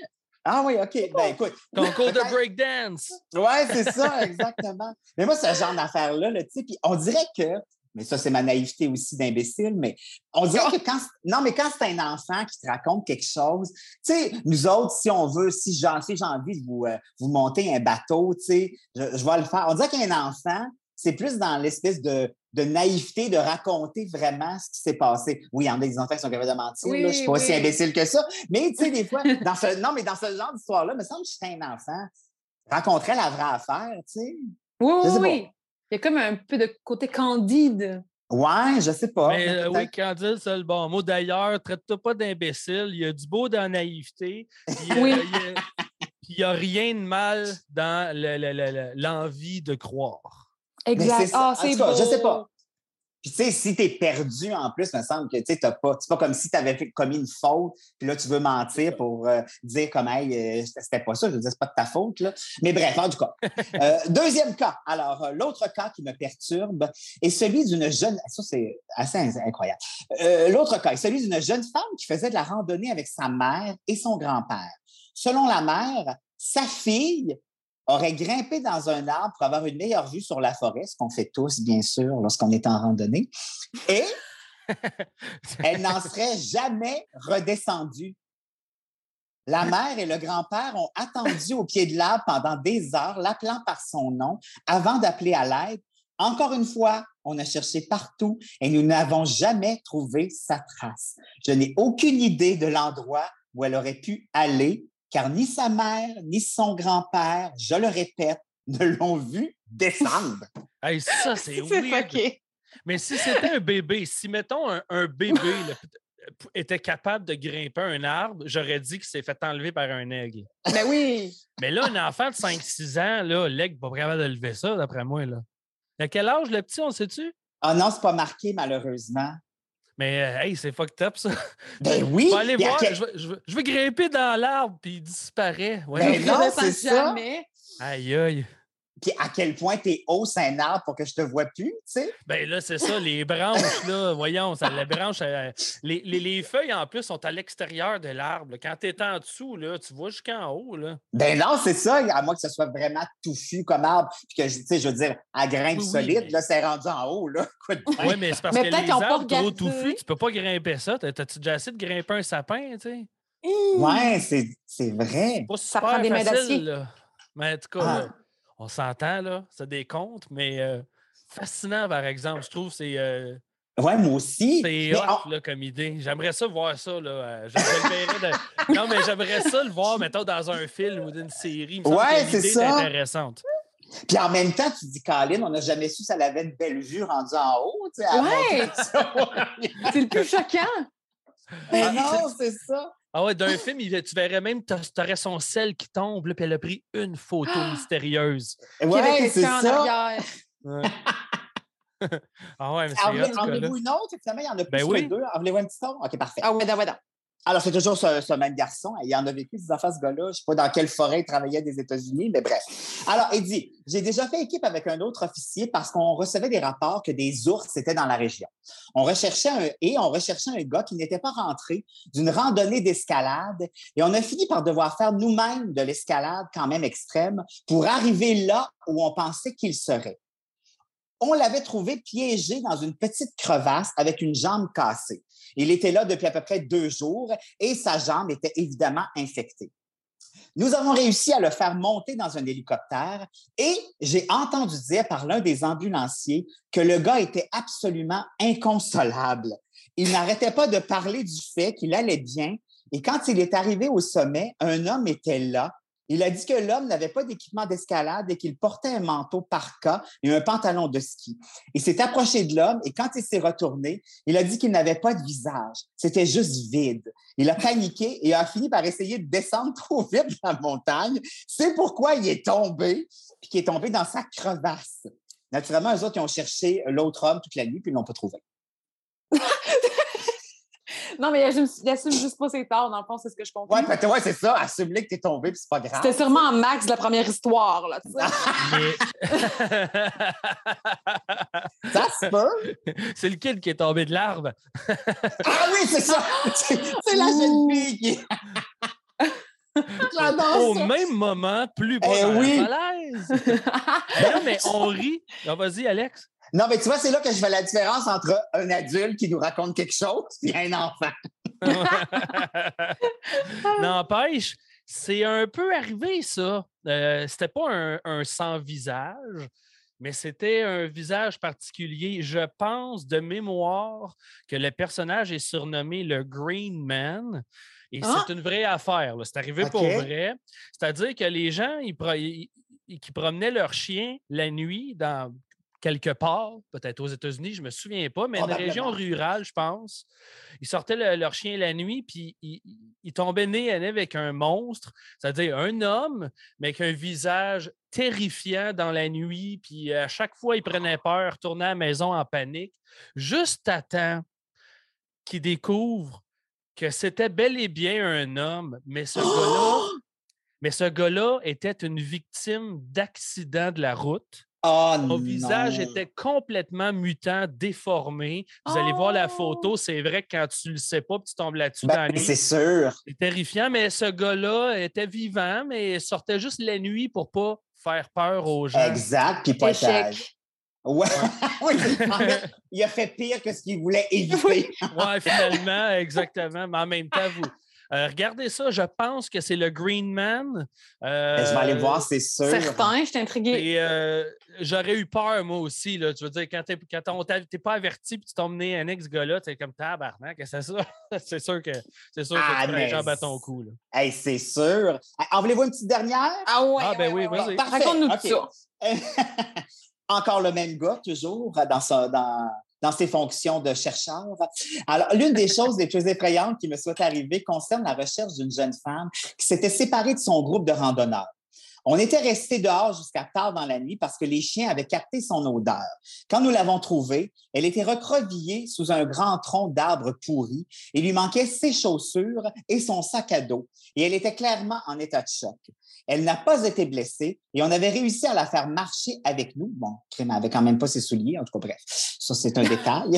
Ah oui, OK. Ben écoute. Concours de breakdance. Ouais, c'est ça, exactement. Mais moi, ce genre d'affaires-là, là, tu sais, puis on dirait que, mais ça, c'est ma naïveté aussi d'imbécile, mais on dirait que quand, non, mais quand c'est un enfant qui te raconte quelque chose, tu sais, nous autres, si on veut, si j'ai, si j'ai envie de vous, euh, vous monter un bateau, tu sais, je, je vais le faire. On dirait qu'un enfant, c'est plus dans l'espèce de, de naïveté de raconter vraiment ce qui s'est passé. Oui, il y en a des enfants qui sont capables de mentir, Oui, là, je suis pas oui. aussi imbécile que ça, mais tu sais, des fois, dans ce, non, mais dans ce genre d'histoire-là, il me semble que j'étais un enfant, je raconterais la vraie affaire, tu sais. Oui, Je sais oui, pas. oui. Il y a comme un peu de côté candide. Ouais, je sais pas. Mais mais euh, oui, peut-être- Candide, c'est le bon mot. D'ailleurs, traite-toi pas d'imbécile. Il y a du beau dans la naïveté. Puis, euh, Oui. il y a- puis il n'y a rien de mal dans le- le- le- le- l'envie de croire. Mais c'est Exact. ça. Ah, En c'est tout cas, beau. je sais pas. Puis, tu sais, si t'es perdu, en plus, il me semble que, tu sais, t'as pas... C'est pas comme si t'avais fait, commis une faute, puis là, tu veux mentir pour euh, dire comme, hey, euh, c'était pas ça. Je veux dire, c'est pas de ta faute, là. Mais bref, en tout cas. Euh, deuxième cas. Alors, euh, l'autre cas qui me perturbe est celui d'une jeune... Ça, c'est assez incroyable. Euh, l'autre cas est celui d'une jeune femme qui faisait de la randonnée avec sa mère et son grand-père. Selon la mère, sa fille aurait grimpé dans un arbre pour avoir une meilleure vue sur la forêt, ce qu'on fait tous, bien sûr, lorsqu'on est en randonnée, et elle n'en serait jamais redescendue. La mère et le grand-père ont attendu au pied de l'arbre pendant des heures, l'appelant par son nom, avant d'appeler à l'aide. Encore une fois, on a cherché partout et nous n'avons jamais trouvé sa trace. Je n'ai aucune idée de l'endroit où elle aurait pu aller, car ni sa mère, ni son grand-père, je le répète, ne l'ont vu descendre. Hey, ça, c'est C'est weird. fucké. Mais si c'était un bébé, si, mettons, un, un bébé là, était capable de grimper un arbre, j'aurais dit qu'il s'est fait enlever par un aigle. Ben oui. Mais là, un enfant de cinq six ans, là, l'aigle n'est pas capable de lever ça, d'après moi. Là. À quel âge, le petit, on le sait-tu? Ah non, c'est pas marqué, malheureusement. Mais, euh, hey, c'est fucked up, ça. Ben oui! Je vais aller Puis à voir, quel- je, vais, je vais- je vais grimper dans l'arbre, puis il disparaît. Ouais, Ben Il non, redescend c'est ça. jamais. aïe, aïe. Puis à quel point t'es haut, c'est un arbre pour que je te vois plus, tu sais? Ben là, c'est ça, les branches, là, voyons, ça, les branches, euh, les, les- les feuilles, en plus, sont à l'extérieur de l'arbre. Quand tu es en dessous, là, tu vois jusqu'en haut, là. Ben non, c'est ça, à moins que ce soit vraiment touffu comme arbre, puis que, tu sais, je veux dire, à grimpe Oui, oui, solide, mais- là, c'est rendu en haut, là. Quoi de Oui, mais c'est parce Mais que peut-être les qu'ils ont pas arbres trop regardé. touffus, tu peux pas grimper ça. T'as- T'as-tu déjà essayé de grimper un sapin, tu sais? Ouais, c'est, c'est vrai. Pas Ça super prend des mains facile, d'acier. là. Mais en tout cas, Ah. là, on s'entend, là, ça décompte, mais euh, fascinant, par exemple. Je trouve que c'est... euh, Ouais, moi aussi. C'est Mais hot, on- là, comme idée. J'aimerais ça voir ça, là. euh, je- je le verrais de- Non, mais j'aimerais ça le voir, mettons, dans un film ou d'une série. Il me semble Ouais, que c'est l'idée est ça. intéressante. Puis en même temps, tu dis, Colin, on n'a jamais su si elle avait une belle vue rendue en haut, tu sais. à Ouais. montrer ça. C'est le plus choquant. Mais non, c'est ça. Ah ouais, d'un film, il- tu verrais même, tu aurais son sel qui tombe, là, puis elle a pris une photo mystérieuse. Qui avec Ouais, c'est quelqu'un en ça. arrière. Ouais. Ah ouais, mais En c'est voulez- hot, ce en gars-là. voulez-vous une autre? Finalement, il y en a plus Ben que oui. deux. En voulez-vous un petit ton? OK, parfait. Ah ouais, ouais, ouais. Alors, c'est toujours ce, ce même garçon. Il en a vécu des affaires, ce gars-là. Je ne sais pas dans quelle forêt il travaillait des États-Unis, mais bref. Alors, il dit, j'ai déjà fait équipe avec un autre officier parce qu'on recevait des rapports que des ours étaient dans la région. On recherchait un, et on recherchait un gars qui n'était pas rentré d'une randonnée d'escalade et on a fini par devoir faire nous-mêmes de l'escalade quand même extrême pour arriver là où on pensait qu'il serait. On l'avait trouvé piégé dans une petite crevasse avec une jambe cassée. Il était là depuis à peu près deux jours et sa jambe était évidemment infectée. Nous avons réussi à le faire monter dans un hélicoptère et j'ai entendu dire par l'un des ambulanciers que le gars était absolument inconsolable. Il n'arrêtait pas de parler du fait qu'il allait bien et quand il est arrivé au sommet, un homme était là. Il a dit que l'homme n'avait pas d'équipement d'escalade et qu'il portait un manteau parka et un pantalon de ski. Il s'est approché de l'homme et quand il s'est retourné, il a dit qu'il n'avait pas de visage. C'était juste vide. Il a paniqué et a fini par essayer de descendre trop vite dans la montagne. C'est pourquoi il est tombé puis qu'il est tombé dans sa crevasse. Naturellement, eux autres, ils ont cherché l'autre homme toute la nuit puis ils ne l'ont pas trouvé. Non, mais il assume, il assume juste pas ses torts, dans le fond, c'est ce que je comprends. Ouais, peut-être, ouais, c'est ça. Assume-le que t'es tombé, puis c'est pas grave. C'était sûrement en max de la première histoire, là, tu sais. Mais- Ça se peut. c'est le kid qui est tombé de l'arbre. Ah oui, c'est ça. C'est c'est la jeune fille qui... J'adore Au ça. même moment, plus bas Eh dans oui. la falaise. Mais non, mais on rit. Ah, vas-y, Alex. Non, mais tu vois, c'est là que je fais la différence entre un adulte qui nous raconte quelque chose et un enfant. N'empêche, c'est un peu arrivé, ça. Euh, c'était pas un, un sans-visage, mais c'était un visage particulier. Je pense de mémoire que le personnage est surnommé le Green Man. Et Ah! c'est une vraie affaire, là. C'est arrivé OK. pour vrai. C'est-à-dire que les gens ils pro- ils- ils- qui promenaient leur chien la nuit dans quelque part, peut-être aux États-Unis, je ne me souviens pas, mais une région Probablement. rurale, je pense. Ils sortaient le- leur chien la nuit, puis ils, ils- ils tombaient nez à nez avec un monstre, c'est-à-dire un homme, mais avec un visage terrifiant dans la nuit, puis à chaque fois, ils prenaient peur, retournaient à la maison en panique, juste à temps qu'ils découvrent que c'était bel et bien un homme, mais ce gars-là, mais ce gars-là était une victime d'accident de la route. Oh Son non. visage était complètement mutant, déformé. Vous allez voir la Oh! photo, c'est vrai que quand tu ne le sais pas, puis tu tombes là-dessus Ben, dans la nuit, c'est sûr. c'est terrifiant, mais ce gars-là était vivant, mais sortait juste la nuit pour ne pas faire peur aux gens. Exact. Puis pas Échec. âge. Ouais. Oui, en fait, il a fait pire que ce qu'il voulait éviter. Oui, finalement, exactement. Mais en même temps, vous. euh, regardez ça, je pense que c'est le Green Man. Euh, Je vais aller voir, c'est sûr. Certain, je suis intriguée. Et euh, j'aurais eu peur, moi aussi. Là. Tu veux dire, quand tu n'es pas averti et tu tombes né un ex gars-là, tu es comme tabarnak, qu'est-ce que c'est ça? c'est sûr que c'est sûr Ah, que tu fais mais les jambes à ton cou. Là. Hey, c'est sûr. En voulez-vous une petite dernière? Ah ouais, Ah, ben ouais, oui, ouais, vas-y. ouais. Parfait. Raconte-nous OK. tout ça. Encore le même gars, toujours, dans, sa, dans, dans ses fonctions de chercheur. Alors, l'une des choses les plus effrayantes qui me soit arrivée concerne la recherche d'une jeune femme qui s'était séparée de son groupe de randonneurs. On était restés dehors jusqu'à tard dans la nuit parce que les chiens avaient capté son odeur. Quand nous l'avons trouvée, elle était recroquevillée sous un grand tronc d'arbre pourri. Il lui manquait ses chaussures et son sac à dos. Et elle était clairement en état de choc. Elle n'a pas été blessée et on avait réussi à la faire marcher avec nous. Bon, elle n'avait quand même pas ses souliers, en tout cas, bref, ça, c'est un détail.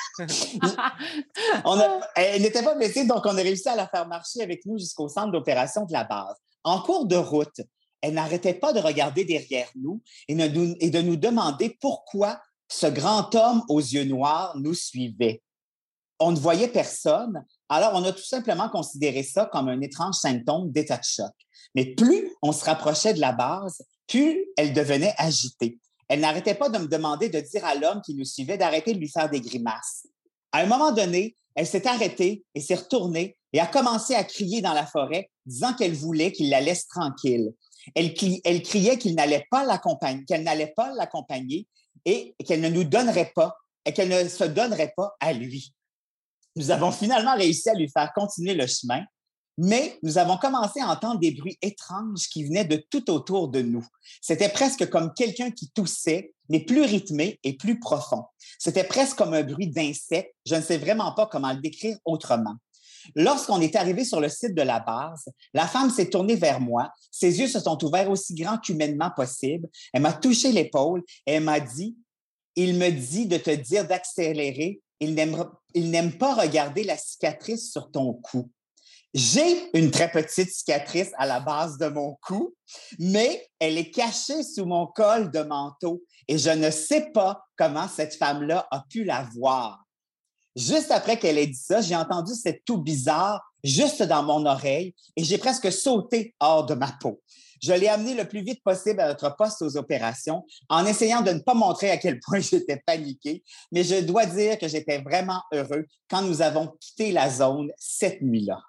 on a, elle n'était pas blessée, donc on a réussi à la faire marcher avec nous jusqu'au centre d'opération de la base. En cours de route, elle n'arrêtait pas de regarder derrière nous et, ne, et de nous demander pourquoi ce grand homme aux yeux noirs nous suivait. On ne voyait personne, alors on a tout simplement considéré ça comme un étrange symptôme d'état de choc. Mais plus on se rapprochait de la base, plus elle devenait agitée. Elle n'arrêtait pas de me demander de dire à l'homme qui nous suivait d'arrêter de lui faire des grimaces. À un moment donné, elle s'est arrêtée et s'est retournée et a commencé à crier dans la forêt, disant qu'elle voulait qu'il la laisse tranquille. Elle, elle criait qu'il n'allait pas l'accompagner, qu'elle n'allait pas l'accompagner et qu'elle ne nous donnerait pas, et qu'elle ne se donnerait pas à lui. Nous avons finalement réussi à lui faire continuer le chemin, mais nous avons commencé à entendre des bruits étranges qui venaient de tout autour de nous. C'était presque comme quelqu'un qui toussait, mais plus rythmé et plus profond. C'était presque comme un bruit d'insecte. Je ne sais vraiment pas comment le décrire autrement. Lorsqu'on est arrivé sur le site de la base, la femme s'est tournée vers moi. Ses yeux se sont ouverts aussi grands qu'humainement possible. Elle m'a touché l'épaule et elle m'a dit, « Il me dit de te dire d'accélérer. Il n'aime, il n'aime pas regarder la cicatrice sur ton cou. » J'ai une très petite cicatrice à la base de mon cou, mais elle est cachée sous mon col de manteau et je ne sais pas comment cette femme-là a pu la voir. Juste après qu'elle ait dit ça, j'ai entendu cette toux bizarre juste dans mon oreille et j'ai presque sauté hors de ma peau. Je l'ai amené le plus vite possible à notre poste aux opérations en essayant de ne pas montrer à quel point j'étais paniqué, mais je dois dire que j'étais vraiment heureux quand nous avons quitté la zone cette nuit-là.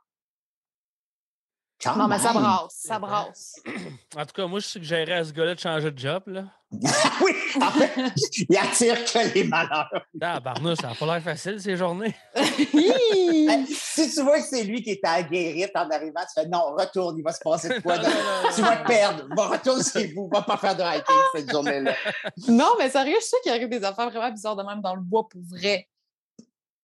Quand non, mais ça même. brasse, ça brasse. En tout cas, moi, je suggérais à ce gars-là de changer de job. Là. Oui, en fait, il attire que les malheurs. Ah, Barnouche, ça n'a pas l'air facile ces journées. Hey, si tu vois que c'est lui qui est à guérir en arrivant, tu fais non, retourne, il va se passer de quoi. Non, non, non, tu non, vas non. te perdre. Va retourner chez vous, va pas faire de hiking cette journée-là. Non, mais sérieux, je sais qu'il arrive des affaires vraiment bizarres de même dans le bois pour vrai.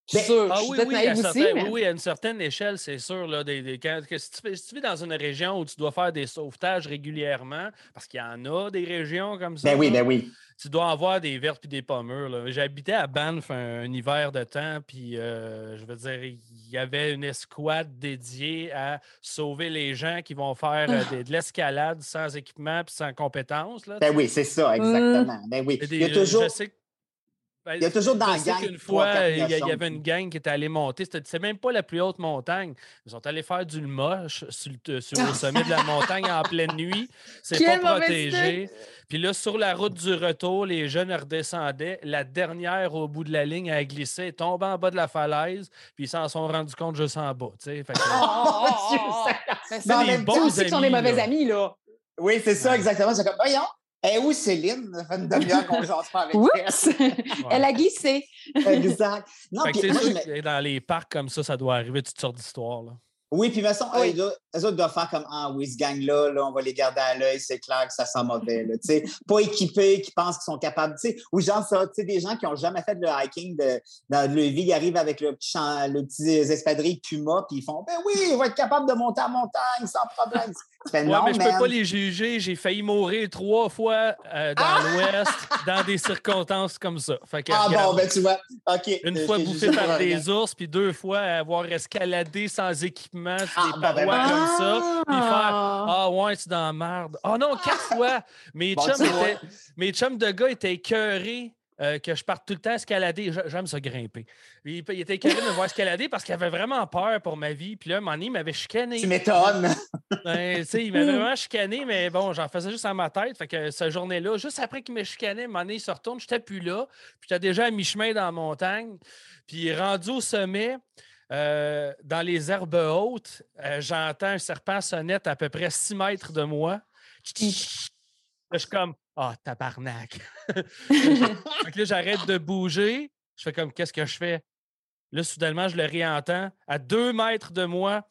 Je suis sûre. Ah Je suis oui, peut-être oui, à naïve aussi, certain- mais... oui, oui, à une certaine échelle, c'est sûr. Là, des, des- quand- que si, tu, fais- si tu vis dans une région où tu dois faire des sauvetages régulièrement, parce qu'il y en a des régions comme ça, Ben oui, là, ben oui. tu dois avoir des vertes puis des pommures. Là. J'habitais à Banff un, un hiver de temps, puis euh, je veux dire, il y avait une escouade dédiée à sauver les gens qui vont faire euh, des- de l'escalade sans équipement puis sans compétences. Là, tu Ben sais. oui, c'est ça, Hum. exactement. Ben oui. Et des- Il y a je- toujours, je sais que- ben, il y a toujours dans je la sais gang qu'une trois, fois, quatre il y, a- il y notions avait aussi. une gang qui était allée monter. C'était c'est même pas la plus haute montagne. Ils sont allés faire du moche sur le, sur, au sommet de la montagne en pleine nuit. C'est pas Quelle mauvaise protégé. idée! Puis là, sur la route du retour, les jeunes redescendaient. La dernière au bout de la ligne a glissé, tombé en bas de la falaise, puis ils s'en sont rendus compte juste en bas. tu sais. Fait que- Oh, oh, oh, Dieu, oh, ça- oh. Mais Mais c'est en des même bons temps, aussi qui sont des amis, mauvais là. amis, là. Oui, c'est ça, Ouais. exactement. C'est comme, voyons, et où Céline? Ça fait une demi-heure qu'on ne jase pas avec elle. Oups! Elle a glissé. Exact. Non, Fait que puis c'est moi, je sûr me- que dans les parcs comme ça, ça doit arriver toutes sortes d'histoires. là. Oui, puis de toute façon, Oui. eux, autres- eux autres doivent faire comme Ah oui, ce gang-là, là, on va les garder à l'œil, c'est clair que ça sent mauvais. Là, tu sais. Pas équipés, qui pensent qu'ils sont capables. tu sais. Ou genre ça, tu sais, des gens qui n'ont jamais fait le hiking de, dans le vie, ils arrivent avec le petit, champ, le petit espadrille Puma, puis ils font Ben oui, ils vont être capables de monter en montagne sans problème. Tu fais, Ouais, non, mais je man. peux pas les juger. J'ai failli mourir trois fois euh, dans Ah! l'Ouest, dans des circonstances comme ça. Fait que, Ah regarde, bon, ben tu vois. OK. une je fois t'ai bouffé jugé par pour des rien. ours, puis deux fois avoir escaladé sans équipement sur Ah, des bon, parois ben, ben. comme ça, puis faire Ah. Ah ouais, c'est dans la merde. Ah non, quatre fois! Mes, Bon, chums tu vois. étaient- mes chums de gars étaient écœurés. euh, que je parte tout le temps escalader. J'a- J'aime ça grimper. Il, il était écœuré de me voir escalader parce qu'il avait vraiment peur pour ma vie. Puis là, un moment donné, il m'avait chicané. Tu m'étonnes. Ben, tu sais, il m'avait vraiment chicané, mais bon, j'en faisais juste dans ma tête. Fait que cette journée-là, juste après qu'il m'ait chicané, un moment donné, il se retourne, j'étais plus là. Puis j'étais déjà à mi-chemin dans la montagne. Puis rendu au sommet, euh, dans les herbes hautes, euh, j'entends un serpent sonnette à peu près six mètres de moi. Là, je suis comme Ah, tabarnak. Fait que là, j'arrête de bouger. Je fais comme Qu'est-ce que je fais? Là, soudainement, je le réentends à deux mètres de moi.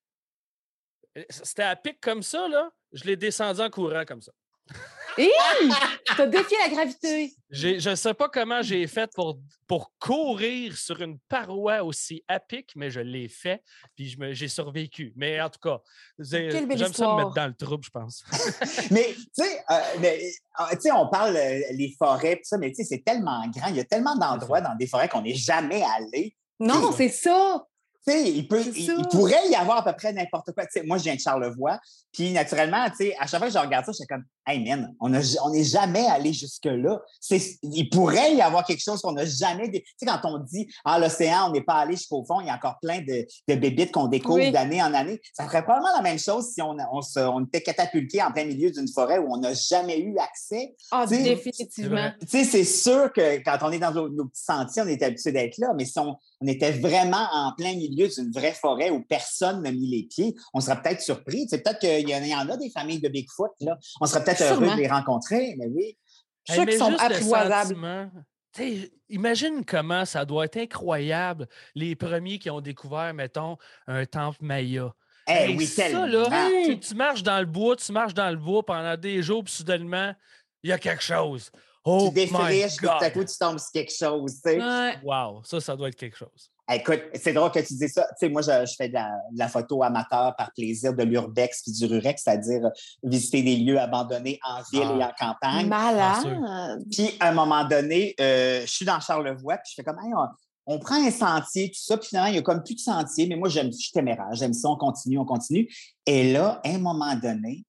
C'était à pic comme ça, là. Je l'ai descendu en courant comme ça. Hé! T'as défié la gravité. J'ai- je ne sais pas comment j'ai fait pour, pour courir sur une paroi aussi à pic, mais je l'ai fait, puis je me- j'ai survécu. Mais en tout cas, j'ai- Quelle belle j'aime ça me histoire. mettre dans le trouble, je pense. Mais, tu sais, euh, mais, euh, tu sais, on parle euh, les forêts, tout ça, mais tu sais, c'est tellement grand. Il y a tellement d'endroits dans des forêts qu'on n'est jamais allé. Non, c'est ça. Tu sais, il, peut, C'est il, ça. il pourrait y avoir à peu près n'importe quoi. Tu sais, moi, je viens de Charlevoix. Puis, naturellement, tu sais, à chaque fois que je regarde ça, je suis comme, hey, man, on n'est jamais allé jusque-là. C'est- Il pourrait y avoir quelque chose qu'on n'a jamais. dé- Tu sais, quand on dit, ah, l'océan, on n'est pas allé jusqu'au fond, il y a encore plein de, de bébites qu'on découvre Oui. d'année en année. Ça ferait probablement la même chose si on, on, se, on était catapulté en plein milieu d'une forêt où on n'a jamais eu accès. Ah, Tu sais, définitivement. Tu sais, c'est sûr que quand on est dans nos, nos petits sentiers, on est habitué d'être là, mais si on, on était vraiment en plein milieu d'une vraie forêt où personne n'a mis les pieds, on serait peut-être surpris. Tu sais, peut-être qu'il y en y en a des familles de Bigfoot, là. On serait peut-être heureux Sûrement. de les rencontrer, mais oui. Je suis sûre mais qu'ils sont juste le apprivoisables. sentiment, tu sais, imagine comment ça doit être incroyable, les premiers qui ont découvert, mettons, un temple Maya. Eh Hey, oui, ça, tellement. là, tu, tu marches dans le bois, tu marches dans le bois pendant des jours, puis soudainement, il y a quelque chose. Oh Tu défriches, my puis tout à God! coup, tu tombes sur quelque chose, tu sais. Ouais. Wow, ça, ça doit être quelque chose. Écoute, c'est drôle que tu dises ça. Tu sais, moi, je, je fais de la, de la photo amateur par plaisir de l'urbex puis du rurex, c'est-à-dire visiter des lieux abandonnés en ville Ah. et en campagne. Malade. Puis, à un moment donné, euh, je suis dans Charlevoix, puis je fais comme, hey, on, on prend un sentier, tout ça, puis finalement, il n'y a comme plus de sentier, mais moi, j'aime, je suis téméraire, j'aime ça, on continue, on continue. Et là, à un moment donné,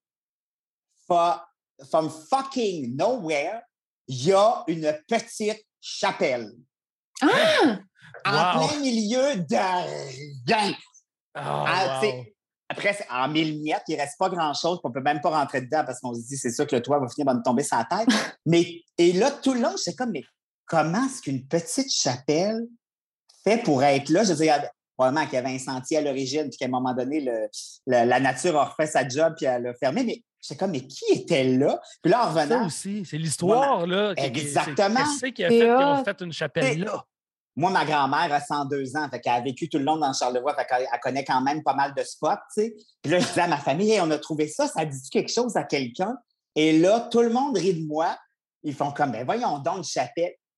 fa- from fucking nowhere, il y a une petite chapelle. Ah! En Wow. plein milieu de rien. Ah, Ah, wow. tu sais, après, c'est en mille miettes, il ne reste pas grand-chose, puis on ne peut même pas rentrer dedans parce qu'on se dit, c'est sûr que le toit va finir par nous tomber sur la tête. Mais, et là, tout le long, c'est comme, mais comment est-ce qu'une petite chapelle fait pour être là? Je veux dire, il y avait- probablement qu'il y avait un sentier à l'origine, puis qu'à un moment donné, le- le- la nature a refait sa job, puis elle a fermé. Mais j'étais comme, mais qui était là? Puis là, en Ça revenant, aussi, c'est l'histoire, là. qui- qui- Exactement. c'est- Qu'est-ce qui a Et fait qu'ils hot. ont fait une chapelle là? moi, ma grand-mère a cent deux ans, fait qu'elle a vécu tout le long dans Charlevoix, fait qu'elle elle connaît quand même pas mal de spots, tu sais. Puis là, je disais à ma famille, hey, on a trouvé ça, ça dit quelque chose à quelqu'un? Et là, tout le monde rit de moi. Ils font comme, ben voyons donc, une chapelle.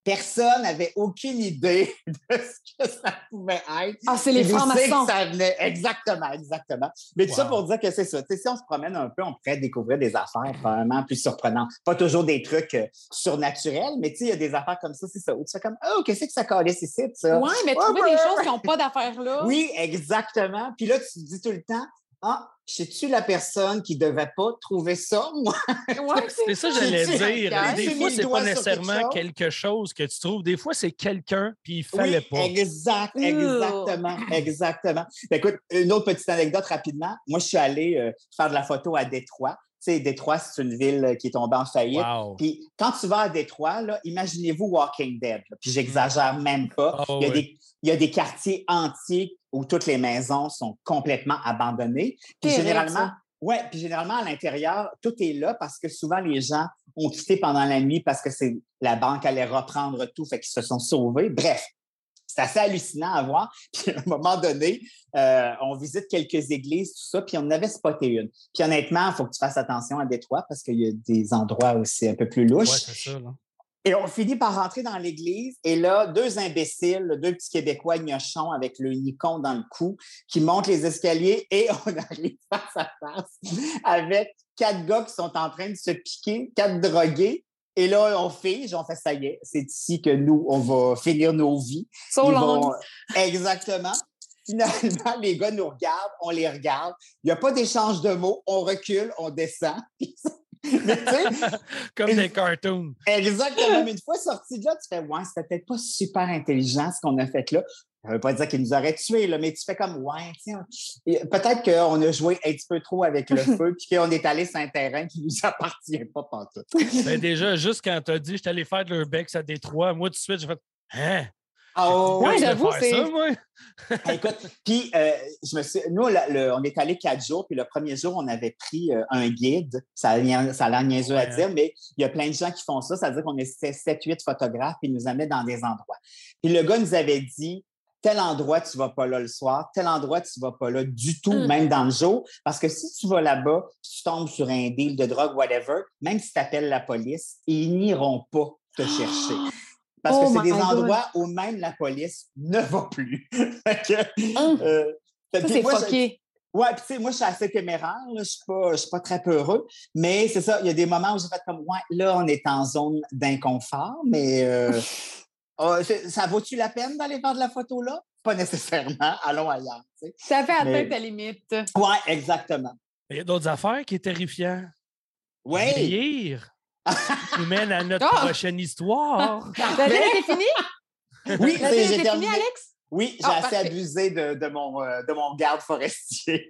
personne n'avait aucune idée de ce que ça pouvait être. Ah, c'est les francs-maçons. Ça venait. Exactement, exactement. Mais tout wow. ça pour dire que c'est ça. Tu sais, si on se promène un peu, on pourrait découvrir des affaires vraiment plus surprenantes. Pas toujours des trucs euh, surnaturels, mais tu sais, il y a des affaires comme ça, c'est ça. Où tu fais comme, oh, qu'est-ce que ça calisse ici, ça? Oui, mais trouver oh, des choses qui n'ont pas d'affaires là. Oui, exactement. Puis là, tu te dis tout le temps, ah, sais-tu la personne qui ne devait pas trouver ça, moi? Ouais, c'est, c'est ça que j'allais dire. Des fois, c'est pas nécessairement quelque chose. quelque chose que tu trouves. Des fois, c'est quelqu'un, puis il fallait oui, pas. Exact, exactement, exactement. Écoute, une autre petite anecdote rapidement. Moi, je suis allé euh, faire de la photo à Détroit. Tu sais, Détroit, c'est une ville qui est tombée en faillite. Wow. Puis quand tu vas à Détroit, là, imaginez-vous Walking Dead. Là, puis j'exagère même pas. Oh, il, y a oui. des, il y a des quartiers entiers où toutes les maisons sont complètement abandonnées. Puis Terrible, généralement, ça. ouais, puis généralement, à l'intérieur, tout est là parce que souvent, les gens ont quitté pendant la nuit parce que c'est, la banque allait reprendre tout, fait qu'ils se sont sauvés. Bref. C'est assez hallucinant à voir. Puis à un moment donné, euh, on visite quelques églises, tout ça, puis on en avait spoté une. Puis honnêtement, il faut que tu fasses attention à Détroit parce qu'il y a des endroits aussi un peu plus louches. Ouais, c'est ça, là. Et on finit par rentrer dans l'église et là, deux imbéciles, deux petits Québécois gnochons avec le Nikon dans le cou qui montent les escaliers et on arrive face à face avec quatre gars qui sont en train de se piquer, quatre drogués. Et là, on fige, on fait ça y est, c'est ici que nous, on va finir nos vies. So long. Vont... Exactement. Finalement, les gars nous regardent, on les regarde. Il n'y a pas d'échange de mots, on recule, on descend. Mais, comme une... des cartoons. Exactement. Mais une fois sorti de là, tu fais, ouais, c'était peut-être pas super intelligent ce qu'on a fait là. Ça ne veut pas dire qu'il nous aurait tués, là, mais tu fais comme, ouais, tiens, peut-être qu'on a joué un petit peu trop avec le feu puis qu'on est allé sur un terrain qui ne nous appartient pas pantoute. Ben déjà, juste quand tu as dit, je suis allé faire de l'urbex à Détroit, moi, tout de suite, j'ai fait, hein? Oh, oui, j'avoue, c'est... Ça, moi. Écoute, puis euh, je me suis... nous, le, le, on est allé quatre jours, puis le premier jour, on avait pris euh, un guide. Ça a l'air niaiseux à dire, mais il y a plein de gens qui font ça. Ça veut dire qu'on était sept huit photographes, puis ils nous amenaient dans des endroits. Puis le gars nous avait dit, tel endroit, tu ne vas pas là le soir, tel endroit, tu ne vas pas là du tout, mm. même dans le jour, parce que si tu vas là-bas, tu tombes sur un deal de drogue, whatever, même si tu appelles la police, ils n'iront pas te chercher. Parce oh que c'est des endroits God. Où même la police ne va plus. que, hum. euh, ça, c'est fucké. Oui, puis tu sais, moi, je suis assez téméraire, là, je ne suis, suis pas très peureux, mais c'est ça, il y a des moments où j'ai fait comme, ouais, là, on est en zone d'inconfort, mais euh, oh, ça vaut-tu la peine d'aller faire de la photo là? Pas nécessairement, allons ailleurs. Tu sais. Ça fait atteindre mais... ta limite. Oui, exactement. Il y a d'autres affaires qui sont terrifiantes. Oui. Rire. Qui nous mène à notre oh! prochaine histoire. La date était finie? Oui, la c'est, j'ai terminé, terminé. Alex? Oui, j'ai oh, assez parfait. abusé de, de, mon, euh, de mon garde forestier.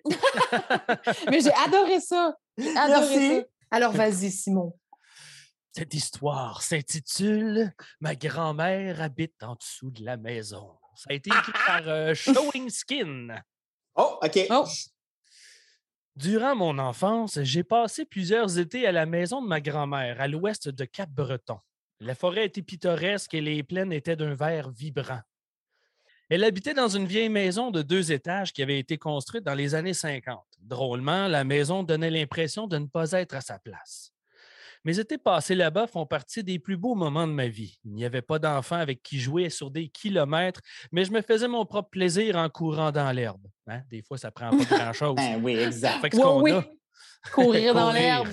Mais j'ai adoré ça. J'ai adoré Merci. ça. Alors, vas-y, Simon. Cette histoire s'intitule « Ma grand-mère habite en dessous de la maison ». Ça a été écrit par euh, Showing Skin. Oh, OK. Oh. Durant mon enfance, j'ai passé plusieurs étés à la maison de ma grand-mère, à l'ouest de Cap-Breton. La forêt était pittoresque et les plaines étaient d'un vert vibrant. Elle habitait dans une vieille maison de deux étages qui avait été construite dans les années cinquante. Drôlement, la maison donnait l'impression de ne pas être à sa place. Mes étés passés là-bas font partie des plus beaux moments de ma vie. Il n'y avait pas d'enfants avec qui jouer sur des kilomètres, mais je me faisais mon propre plaisir en courant dans l'herbe. Hein? Des fois, ça prend pas grand-chose. Ben oui, exact. Fait que ce qu'on oui, a, oui. Courir dans l'herbe.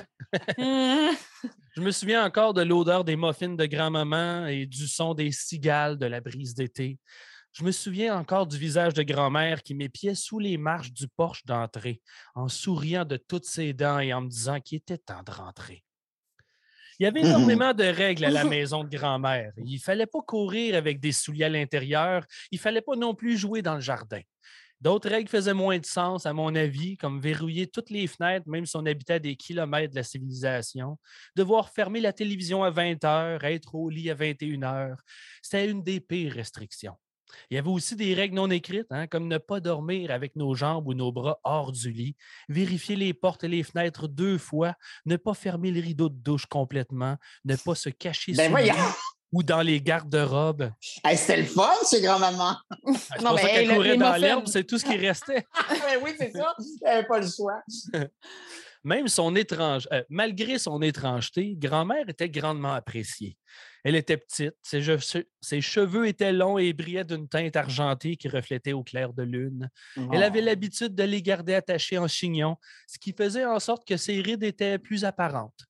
Je me souviens encore de l'odeur des muffins de grand-maman et du son des cigales de la brise d'été. Je me souviens encore du visage de grand-mère qui m'épiait sous les marches du porche d'entrée, en souriant de toutes ses dents et en me disant qu'il était temps de rentrer. Il y avait énormément de règles à la maison de grand-mère. Il ne fallait pas courir avec des souliers à l'intérieur. Il ne fallait pas non plus jouer dans le jardin. D'autres règles faisaient moins de sens, à mon avis, comme verrouiller toutes les fenêtres, même si on habitait à des kilomètres de la civilisation, devoir fermer la télévision à vingt heures, être au lit à vingt et une heures. C'était une des pires restrictions. Il y avait aussi des règles non écrites, hein, comme ne pas dormir avec nos jambes ou nos bras hors du lit, vérifier les portes et les fenêtres deux fois, ne pas fermer le rideau de douche complètement, ne pas se cacher ben sous le lit ou dans les garde-robes. Hey, c'était le fun, chez grand-maman! C'est pour ça qu'elle courait dans l'herbe, c'est tout ce qui restait. Ben oui, c'est ça. Il n'y avait pas le choix. Même son étrange, euh, malgré son étrangeté, grand-mère était grandement appréciée. Elle était petite, ses, je- ses cheveux étaient longs et brillaient d'une teinte argentée qui reflétait au clair de lune. Elle avait Oh. l'habitude de les garder attachés en chignon, ce qui faisait en sorte que ses rides étaient plus apparentes.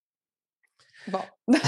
Bon.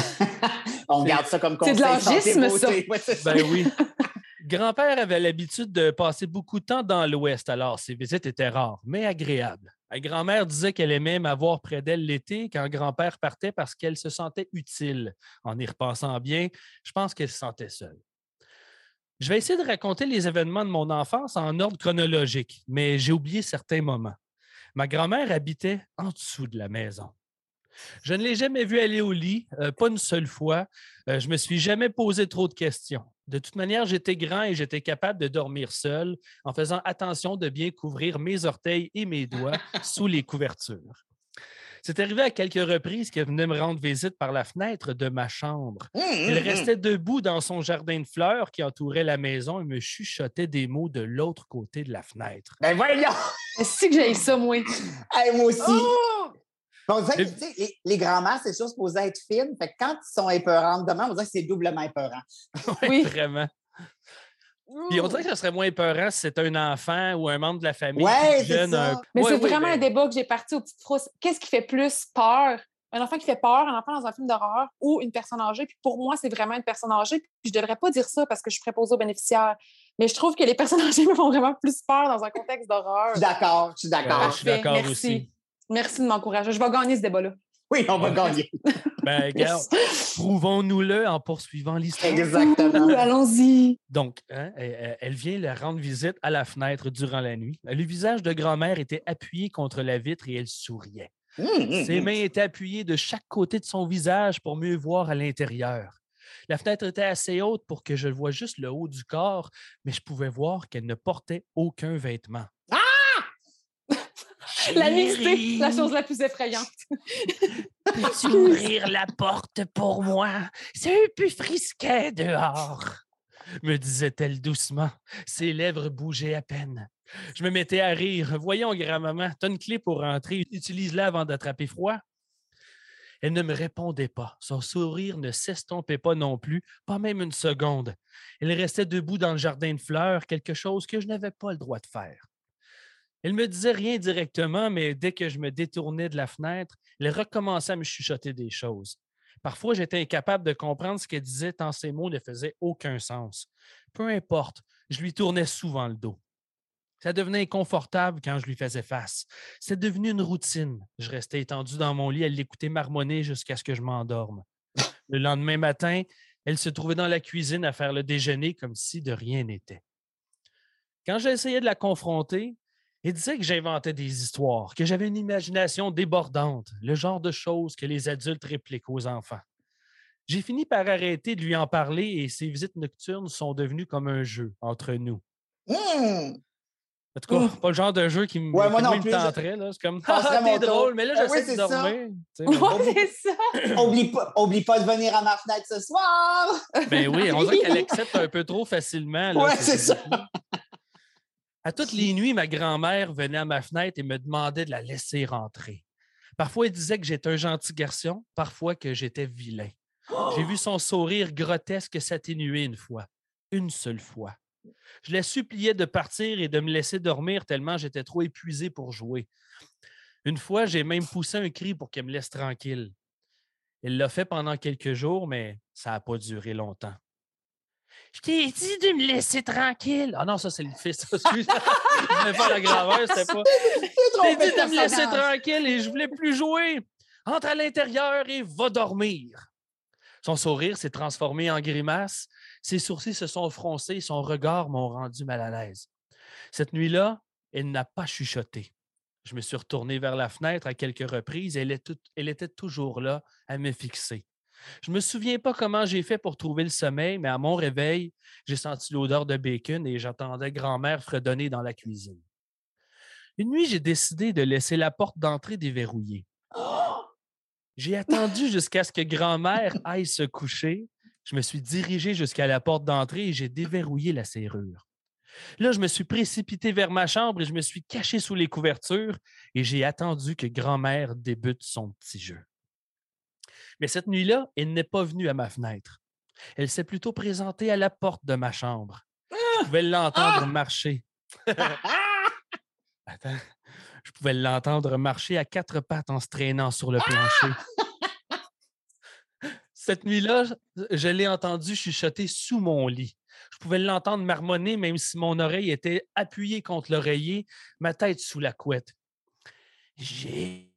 On garde ça comme C'est conseil. de l'angisme, ça. santé, beauté. Ouais, c'est ça. Ben oui. Grand-père avait l'habitude de passer beaucoup de temps dans l'Ouest, alors ses visites étaient rares, mais agréables. La grand-mère disait qu'elle aimait m'avoir près d'elle l'été quand grand-père partait parce qu'elle se sentait utile. En y repensant bien, je pense qu'elle se sentait seule. Je vais essayer de raconter les événements de mon enfance en ordre chronologique, mais j'ai oublié certains moments. Ma grand-mère habitait en dessous de la maison. Je ne l'ai jamais vue aller au lit, euh, pas une seule fois. Euh, je ne me suis jamais posé trop de questions. De toute manière, j'étais grand et j'étais capable de dormir seul en faisant attention de bien couvrir mes orteils et mes doigts sous les couvertures. C'est arrivé à quelques reprises qu'elle venait me rendre visite par la fenêtre de ma chambre. Hum, hum, Elle hum. restait debout dans son jardin de fleurs qui entourait la maison et me chuchotait des mots de l'autre côté de la fenêtre. Ben voyons! C'est que j'ai ça, moi. Hey, moi aussi. Oh! On dirait que tu sais, les, les grands-mères, c'est chose supposée être fines. Fait que quand ils sont épeurantes demain, on dirait que c'est doublement épeurant. Oui, vraiment. Puis on dirait que ce serait moins épeurant si c'était un enfant ou un membre de la famille Ouais, plus c'est jeune. ça. un- Mais Ouais, c'est ouais, vraiment ben, un débat que j'ai parti aux petites frousses. Qu'est-ce qui fait plus peur? Un enfant qui fait peur, un enfant dans un film d'horreur ou une personne âgée? Puis pour moi, c'est vraiment une personne âgée. Puis je devrais pas dire ça parce que je suis préposée aux bénéficiaires. Mais je trouve que les personnes âgées me font vraiment plus peur dans un contexte d'horreur. Je suis d'accord, je suis Ouais, d'accord. je suis d'accord Merci. aussi. Merci de m'encourager. Je vais gagner ce débat-là. Oui, on va gagner. Ben, regarde, prouvons-nous-le en poursuivant l'histoire. Exactement. Ouh, allons-y. Donc, hein, elle, elle vient leur rendre visite à la fenêtre durant la nuit. Le visage de grand-mère était appuyé contre la vitre et elle souriait. Hum, hum, Ses hum. mains étaient appuyées de chaque côté de son visage pour mieux voir à l'intérieur. La fenêtre était assez haute pour que je voie juste le haut du corps, mais je pouvais voir qu'elle ne portait aucun vêtement. La nudité, la chose la plus effrayante. Peux-tu ouvrir la porte pour moi? C'est un peu frisquet dehors, me disait-elle doucement. Ses lèvres bougeaient à peine. Je me mettais à rire. Voyons, grand-maman, t'as une clé pour rentrer. Utilise-la avant d'attraper froid. Elle ne me répondait pas. Son sourire ne s'estompait pas non plus, pas même une seconde. Elle restait debout dans le jardin de fleurs, quelque chose que je n'avais pas le droit de faire. Elle ne me disait rien directement, mais dès que je me détournais de la fenêtre, elle recommençait à me chuchoter des choses. Parfois, j'étais incapable de comprendre ce qu'elle disait tant ces mots ne faisaient aucun sens. Peu importe, je lui tournais souvent le dos. Ça devenait inconfortable quand je lui faisais face. C'est devenu une routine. Je restais étendu dans mon lit à l'écouter marmonner jusqu'à ce que je m'endorme. Le lendemain matin, elle se trouvait dans la cuisine à faire le déjeuner comme si de rien n'était. Quand j'essayais de la confronter, elle disait que j'inventais des histoires, que j'avais une imagination débordante, le genre de choses que les adultes répliquent aux enfants. J'ai fini par arrêter de lui en parler et ses visites nocturnes sont devenues comme un jeu entre nous. Hum. En tout cas, Mmh. pas le genre de jeu qui me, Ouais, qui moi non me plus, tenterait. Là. C'est comme, passerais ah, mon t'es tour. drôle, mais là, Ah j'essaie oui, c'est de ça. dormir. Tu sais, Ouais, c'est ça. Oublie pas, oublie pas de venir à ma fenêtre ce soir. ben oui, on dirait qu'elle accepte un peu trop facilement. Là, Ouais, c'est ça. À toutes les nuits, ma grand-mère venait à ma fenêtre et me demandait de la laisser rentrer. Parfois, elle disait que j'étais un gentil garçon, parfois que j'étais vilain. J'ai vu son sourire grotesque s'atténuer une fois, une seule fois. Je la suppliais de partir et de me laisser dormir tellement j'étais trop épuisé pour jouer. Une fois, j'ai même poussé un cri pour qu'elle me laisse tranquille. Elle l'a fait pendant quelques jours, mais ça n'a pas duré longtemps. Je t'ai dit de me laisser tranquille. Ah non, ça, c'est le fils. Excuse. Je voulais faire la grand-mère, c'était pas. Je t'ai dit de me laisser tranquille et je voulais plus jouer. Entre à l'intérieur et va dormir. Son sourire s'est transformé en grimace. Ses sourcils se sont froncés. Son regard m'ont rendu mal à l'aise. Cette nuit-là, elle n'a pas chuchoté. Je me suis retourné vers la fenêtre à quelques reprises et elle, est tout, elle était toujours là à me fixer. Je ne me souviens pas comment j'ai fait pour trouver le sommeil, mais à mon réveil, j'ai senti l'odeur de bacon et j'entendais grand-mère fredonner dans la cuisine. Une nuit, j'ai décidé de laisser la porte d'entrée déverrouillée. J'ai attendu jusqu'à ce que grand-mère aille se coucher. Je me suis dirigé jusqu'à la porte d'entrée et j'ai déverrouillé la serrure. Là, je me suis précipité vers ma chambre et je me suis caché sous les couvertures et j'ai attendu que grand-mère débute son petit jeu. Mais cette nuit-là, elle n'est pas venue à ma fenêtre. Elle s'est plutôt présentée à la porte de ma chambre. Je pouvais l'entendre Ah! marcher. Attends. Je pouvais l'entendre marcher à quatre pattes en se traînant sur le plancher. Cette nuit-là, je l'ai entendu chuchoter sous mon lit. Je pouvais l'entendre marmonner même si mon oreille était appuyée contre l'oreiller, ma tête sous la couette. J'ai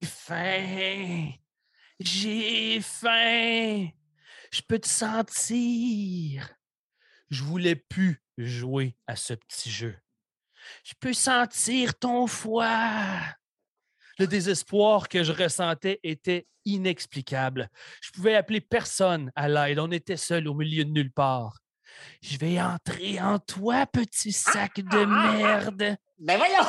faim. J'ai faim. Je peux te sentir. Je voulais plus jouer à ce petit jeu. Je peux sentir ton foie. Le désespoir que je ressentais était inexplicable. Je pouvais appeler personne à l'aide. On était seuls au milieu de nulle part. Je vais entrer en toi, petit sac de merde. Ben voyons!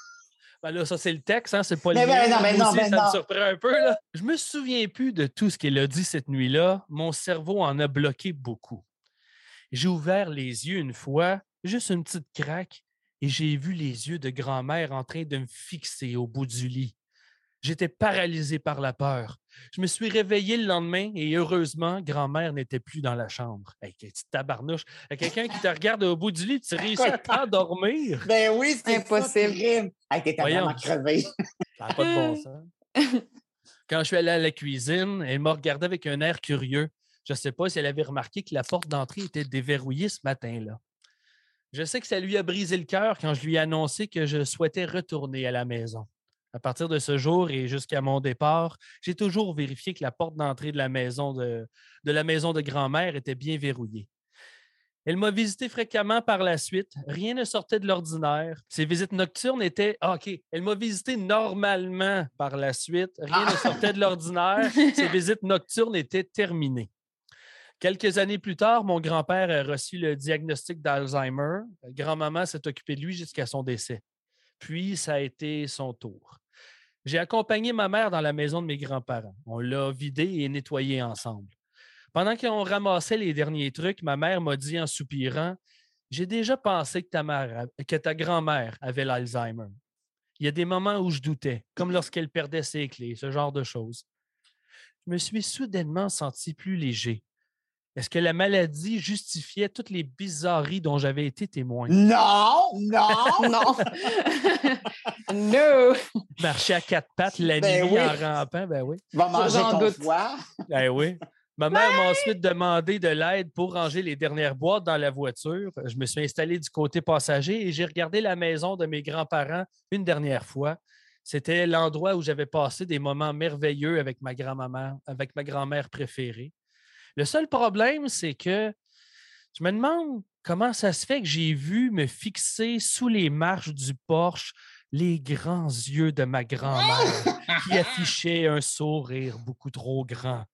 Ben là, ça, c'est le texte, hein? C'est pas mais le mien. Ben non, mais Moi non, aussi, mais ça non. me surprend un peu. Là. Je me souviens plus de tout ce qu'elle a dit cette nuit-là. Mon cerveau en a bloqué beaucoup. J'ai ouvert les yeux une fois, juste une petite craque, et j'ai vu les yeux de grand-mère en train de me fixer au bout du lit. J'étais paralysé par la peur. Je me suis réveillé le lendemain et heureusement, grand-mère n'était plus dans la chambre. Hey, quelle petite tabarnouche. Il y a quelqu'un qui te regarde au bout du lit, tu réussis à t'endormir. Ben oui, c'est Impossible. Impossible. Hey, t'étais Voyons. vraiment crevé. Ça n'a pas de bon sens. Quand je suis allé à la cuisine, elle m'a regardé avec un air curieux. Je ne sais pas si elle avait remarqué que la porte d'entrée était déverrouillée ce matin-là. Je sais que ça lui a brisé le cœur quand je lui ai annoncé que je souhaitais retourner à la maison. À partir de ce jour et jusqu'à mon départ, j'ai toujours vérifié que la porte d'entrée de la maison de, de la maison de grand-mère était bien verrouillée. Elle m'a visité fréquemment par la suite. Rien ne sortait de l'ordinaire. Ses visites nocturnes étaient... Ah, OK. Elle m'a visité normalement par la suite. Rien ne sortait de l'ordinaire. Ses visites nocturnes étaient terminées. Quelques années plus tard, mon grand-père a reçu le diagnostic d'Alzheimer. Grand-maman s'est occupée de lui jusqu'à son décès. Puis, ça a été son tour. J'ai accompagné ma mère dans la maison de mes grands-parents. On l'a vidée et nettoyée ensemble. Pendant qu'on ramassait les derniers trucs, ma mère m'a dit en soupirant « J'ai déjà pensé que ta, mère, que ta grand-mère avait l'Alzheimer. » Il y a des moments où je doutais, comme lorsqu'elle perdait ses clés, ce genre de choses. Je me suis soudainement senti plus léger. Est-ce que la maladie justifiait toutes les bizarreries dont j'avais été témoin? Non, non, non. No. Marcher à quatre pattes la Ben nuit oui. en rampant, ben oui. Va manger J'en ton doute. foie. Ben oui. Ma mère m'a ensuite demandé de l'aide pour ranger les dernières boîtes dans la voiture. Je me suis installé du côté passager et j'ai regardé la maison de mes grands-parents une dernière fois. C'était l'endroit où j'avais passé des moments merveilleux avec ma grand-maman, avec ma grand-mère préférée. Le seul problème, c'est que je me demande comment ça se fait que j'ai vu me fixer sous les marches du Porsche les grands yeux de ma grand-mère qui affichaient un sourire beaucoup trop grand.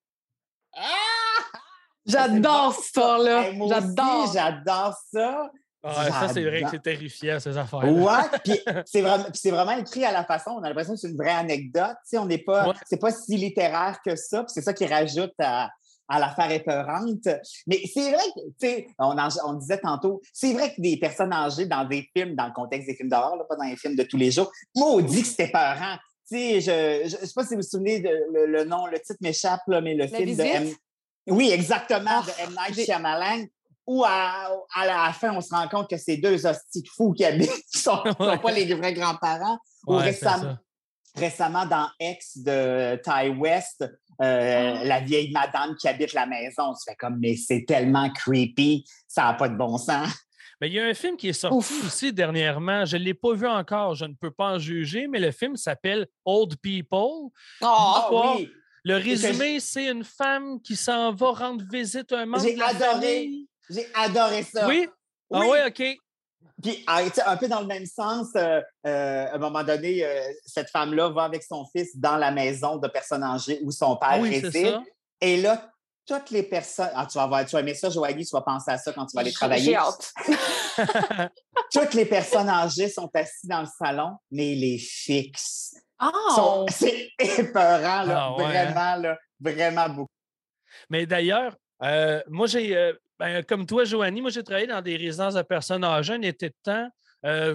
J'adore cette histoire-là. Hey, moi J'adore. aussi, j'adore ça. Ah, ça, c'est vrai que J'adore. c'est terrifiant, ces affaires. Ouais, puis c'est vraiment, puis c'est vraiment écrit à la façon, on a l'impression que c'est une vraie anecdote. Tu sais, on n'est pas, Ouais. c'est pas si littéraire que ça, puis c'est ça qui rajoute à, à l'affaire épeurante. Mais c'est vrai que, tu sais, on, en- on disait tantôt, c'est vrai que des personnes âgées dans des films, dans le contexte des films d'horreur, là, pas dans les films de tous les jours, maudit que c'était épeurant. Tu sais, je, je, je sais pas si vous vous souvenez de le, le nom, le titre m'échappe, là, mais le La film visite? de M. Oui, exactement, Ah, de M. Night j'ai- Shyamalan, où à, à la fin, on se rend compte que c'est deux hosties de fous qui habitent, qui sont, qui sont pas les vrais grands-parents. Ou Ouais, c'est récemment, ça. récemment, dans Ex de Ty West, euh, la vieille madame qui habite la maison, on se fait comme, mais c'est tellement creepy, ça n'a pas de bon sens. Mais il y a un film qui est sorti Ouf. aussi dernièrement. Je ne l'ai pas vu encore, je ne peux pas en juger, mais le film s'appelle Old People. Oh, Ah Wow. oui, Le que résumé, c'est une femme qui s'en va rendre visite à un membre J'ai de la adoré. famille. j'ai adoré ça. Oui? Ah Oui. oui, OK. Puis, ah, tu sais, un peu dans le même sens, euh, euh, à un moment donné, euh, cette femme-là va avec son fils dans la maison de personnes âgées où son père Ah oui, c'est réside. ça. Et là, toutes les personnes... Ah, tu vas, voir, tu vas aimer ça, Joanie, tu vas penser à ça quand tu vas aller j'ai travailler. hâte. Toutes les personnes âgées sont assises dans le salon, mais ils les fixent. Oh. Sont- C'est épeurant, là, Ah ouais, vraiment, là, vraiment beaucoup. Mais d'ailleurs, euh, moi, j'ai, euh, Ben, comme toi, Joanie, moi, j'ai travaillé dans des résidences de personnes âgées un été de temps. Euh,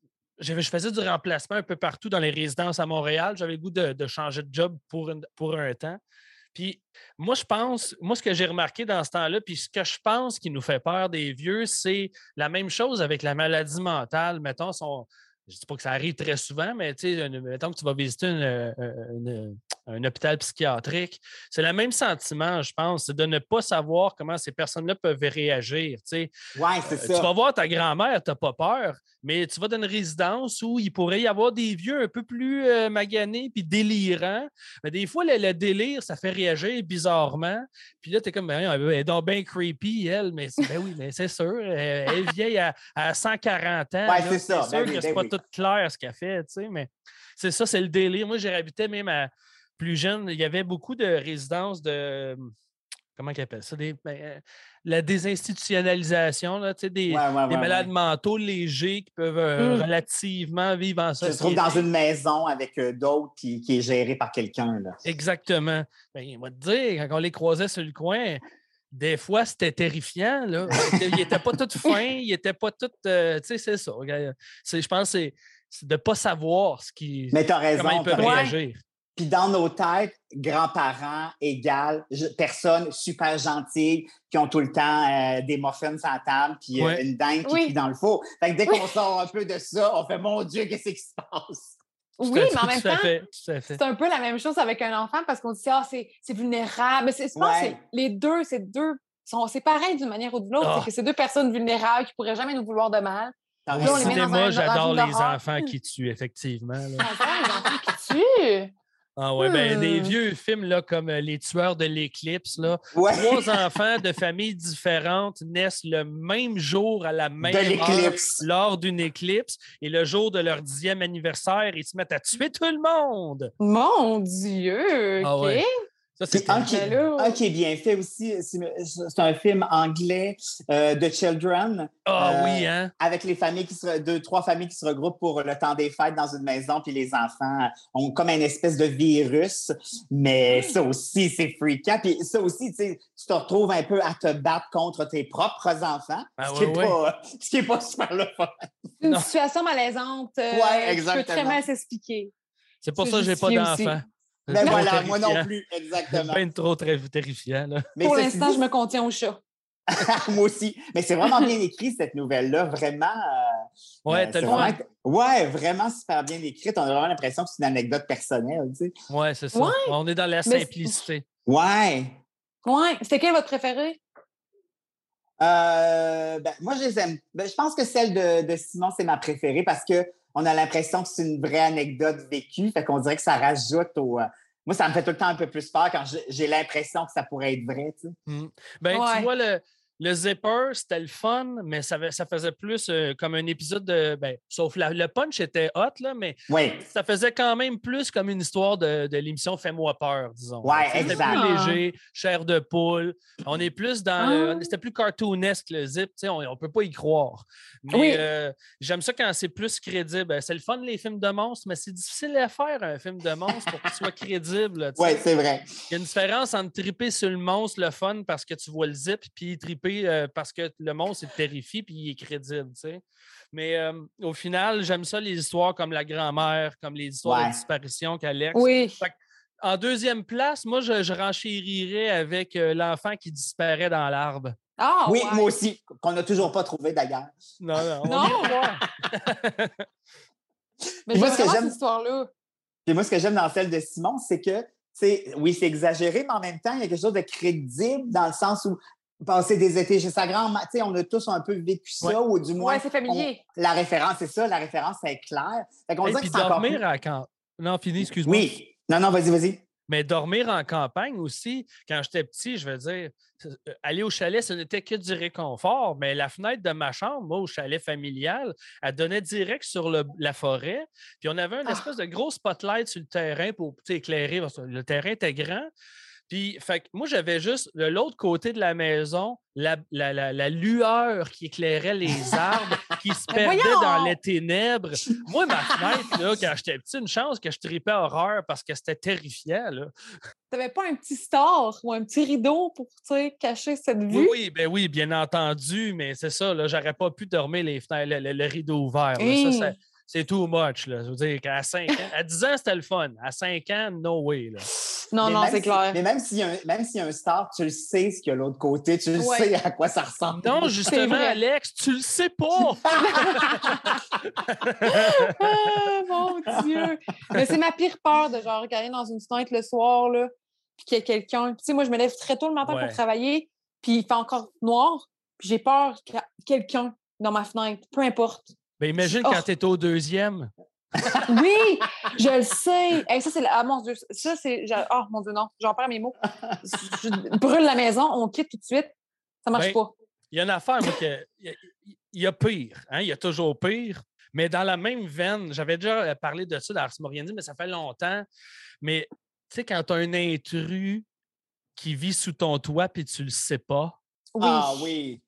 je faisais du remplacement un peu partout dans les résidences à Montréal. J'avais le goût de, de changer de job pour, une, pour un temps. Puis moi, je pense, moi, ce que j'ai remarqué dans ce temps-là, puis ce que je pense qui nous fait peur des vieux, c'est la même chose avec la maladie mentale. Mettons, son, je ne dis pas que ça arrive très souvent, mais tu sais, mettons que tu vas visiter une, une, un hôpital psychiatrique, c'est le même sentiment, je pense, c'est de ne pas savoir comment ces personnes-là peuvent réagir. Tu sais. Ouais, c'est Euh, ça. tu vas voir ta grand-mère, tu n'as pas peur, mais tu vas dans une résidence où il pourrait y avoir des vieux un peu plus euh, maganés puis délirants. Mais des fois, le, le délire, ça fait réagir bizarrement. Puis là, tu es comme, ben, elle est donc bien creepy, elle. Mais ben oui, mais c'est sûr. Elle, elle est vieille à, à cent quarante ans. Ouais, là, c'est ça. C'est sûr Ben que oui, c'est ben pas oui. tout clair ce qu'elle fait, tu sais, mais c'est ça, c'est le délire. Moi, j'ai habité même à plus jeune. Il y avait beaucoup de résidences de. Comment ils appellent ça? Des, ben, euh, la désinstitutionnalisation, là, tu sais, des, Ouais, ouais, des ouais, malades ouais. mentaux légers qui peuvent euh, Mm. relativement vivre en Tu te société. trouves dans une maison avec euh, d'autres puis qui est gérée par quelqu'un. Là. Exactement. Ben, on va te dire, quand on les croisait sur le coin, des fois, c'était terrifiant. Là. Il n'était pas tout fin, il n'était pas tout. euh, tu sais, c'est ça. C'est, je pense que c'est, c'est de ne pas savoir ce qui, Mais tu as raison. comment ils peuvent t'as raison. réagir. Puis dans nos têtes, grands-parents égale je- personnes super gentilles qui ont tout le temps euh, des muffins à la table puis euh, Ouais. une dinde qui Oui. cuit dans le four. Fait que dès Oui. qu'on sort un peu de ça, on fait « Mon Dieu, qu'est-ce qui se passe? » Oui, Tout à mais fait, en même tout à temps, fait, tout à fait. c'est un peu la même chose avec un enfant parce qu'on dit ah, c'est, c'est vulnérable. Mais c'est, je pense Ouais. que c'est- les deux, c'est deux. Sont, c'est pareil d'une manière ou d'une autre. Ah. C'est que c'est deux personnes vulnérables qui ne pourraient jamais nous vouloir de mal. T'as Au Là, on les raison. met dans cinéma, un- dans j'adore une les horreur. enfants qui tuent, effectivement. là. Ah, ça, les enfants qui tuent. Ah ouais, ben, des Hmm. vieux films là, comme euh, Les Tueurs de l'Éclipse, là, Ouais. trois enfants de familles différentes naissent le même jour à la même De heure l'éclipse. lors d'une éclipse et le jour de leur dixième anniversaire, ils se mettent à tuer tout le monde. Mon Dieu, Ah OK. ouais. Ça, Puis c'est un, qui, Mais là- un qui est bien fait aussi, c'est, c'est un film anglais, euh, The Children. Ah euh, oui, hein? Avec les familles qui se, deux, trois familles qui se regroupent pour le temps des fêtes dans une maison, puis les enfants ont comme une espèce de virus. Mais ça aussi, c'est freakant. Puis ça aussi, tu sais, tu te retrouves un peu à te battre contre tes propres enfants, Ah ce, qui ouais, est ouais. pas, ce qui est pas super le fun. C'est une Non. situation malaisante euh, Ouais, qui peut exactement. très mal s'expliquer. C'est pour c'est ça que j'ai pas justifié d'enfant. aussi. C'est Ben trop voilà, moi non terrifiant. plus, C'est exactement. bien trop très terrifiant. Là. Mais Pour ceci l'instant, dit, je me contiens au chat. moi aussi. Mais c'est vraiment bien écrit, cette nouvelle-là. Vraiment. euh, Ouais, euh, t'as c'est le vraiment, ouais, vraiment super bien écrite. On a vraiment l'impression que c'est une anecdote personnelle, tu sais. Ouais, c'est ça. Ouais. On est dans la Mais- simplicité. Ouais. Ouais. C'était quel votre préféré? Euh, ben, moi, je les aime. Ben, je pense que celle de, de Simon, c'est ma préférée parce qu'on a l'impression que c'est une vraie anecdote vécue. Fait qu'on dirait que ça rajoute au. euh, Moi, ça me fait tout le temps un peu plus peur quand j'ai- j'ai l'impression que ça pourrait être vrai, tu sais. Mm. Ben, Ouais. tu vois, le, le zipper, c'était le fun, mais ça, va- ça faisait plus euh, comme un épisode de. Ben, sauf la- le punch était hot, là, mais Oui. ça faisait quand même plus comme une histoire de, de l'émission Fais-moi peur, disons. Ouais, Tu sais, C'était exact. plus léger, chair de poule. On est plus dans. le- Ah. C'était plus cartoonesque, le zip. Tu sais, on ne peut pas y croire. Mais Oui. euh, j'aime ça quand c'est plus crédible. C'est le fun, les films de monstres, mais c'est difficile à faire, un film de monstre, pour qu'il soit crédible. tu sais. Oui, c'est vrai. Il y a une différence entre triper sur le monstre, le fun, parce que tu vois le zip, puis triper euh, parce que le monstre, il te terrifie, puis il est crédible, tu sais. Mais euh, au final, j'aime ça, les histoires comme La grand-mère, comme les histoires Ouais. de disparition qu'Alex. Oui. Fait que, en deuxième place, moi, je, je renchérirais avec euh, l'enfant qui disparaît dans l'arbre. Ah, Oui, ouais. moi aussi, qu'on n'a toujours pas trouvé d'ailleurs. Non, non, on Non. ira voir. Mais Moi, j'aime ce que vraiment j'aime- cette histoire-là. Puis moi, ce que j'aime dans celle de Simon, c'est que, tu sais, oui, c'est exagéré, mais en même temps, il y a quelque chose de crédible dans le sens où passer des étés chez sa grand-mère, tu sais, on a tous un peu vécu ça, Ouais. ou du moins. Ouais, c'est familier. on- la référence, c'est ça, la référence, c'est clair. Fait qu'on Et dirait puis que c'est encore dormir plus- à camp. Non, fini, excuse-moi. Oui. Non, non, vas-y, vas-y. Mais dormir en campagne aussi, quand j'étais petit, je veux dire, euh, aller au chalet, ce n'était que du réconfort. Mais la fenêtre de ma chambre, moi, au chalet familial, elle donnait direct sur le- la forêt. Puis on avait une Ah. espèce de gros spotlight sur le terrain pour tu sais, éclairer, parce que le terrain était grand. Puis, fait que moi, j'avais juste de l'autre côté de la maison, la, la, la, la lueur qui éclairait les arbres, qui se Mais perdait voyons! dans les ténèbres. Moi, ma fenêtre, là, quand j'étais petit, une chance que je tripais horreur parce que c'était terrifiant. Là. T'avais pas un petit star ou un petit rideau pour, tu sais, cacher cette vue? Oui, oui, ben oui, bien entendu, mais c'est ça, là, j'aurais pas pu dormir les fenêtres, le, le- le rideau ouvert. Là. Ça, Hey! ça- c'est too much. Là. Je veux dire qu'à cinq ans, à dix ans, c'était le fun. À cinq ans, no way. Là. Non, Mais non, même c'est si- clair. Mais même s'il y, a un- même s'il y a un star, tu le sais ce qu'il y a de l'autre côté, tu le Ouais. sais à quoi ça ressemble. Non, C'est justement, vrai. Alex, tu le sais pas. Ah, mon Dieu! Mais c'est ma pire peur de genre regarder dans une fenêtre le soir, là, puis qu'il y a quelqu'un. Tu sais, moi, je me lève très tôt le matin Ouais. pour travailler, puis il fait encore noir, puis j'ai peur qu'il y ait quelqu'un dans ma fenêtre, peu importe. Ben, imagine Oh. quand tu es au deuxième. Oui, je le sais. Hey, ça, c'est. la- Ah, mon Dieu. Ça, c'est. je- Oh, mon Dieu, non. J'en perds mes mots. Je je brûle la maison, on quitte tout de suite. Ça marche Ben, pas. Il y a une affaire, moi, que, il y a- il y a pire. Hein? Il y a toujours pire. Mais dans la même veine, j'avais déjà parlé de ça d'Ars Moriendi, mais ça fait longtemps. Mais tu sais, quand tu as un intrus qui vit sous ton toit puis tu le sais pas. Oui. Ah oui.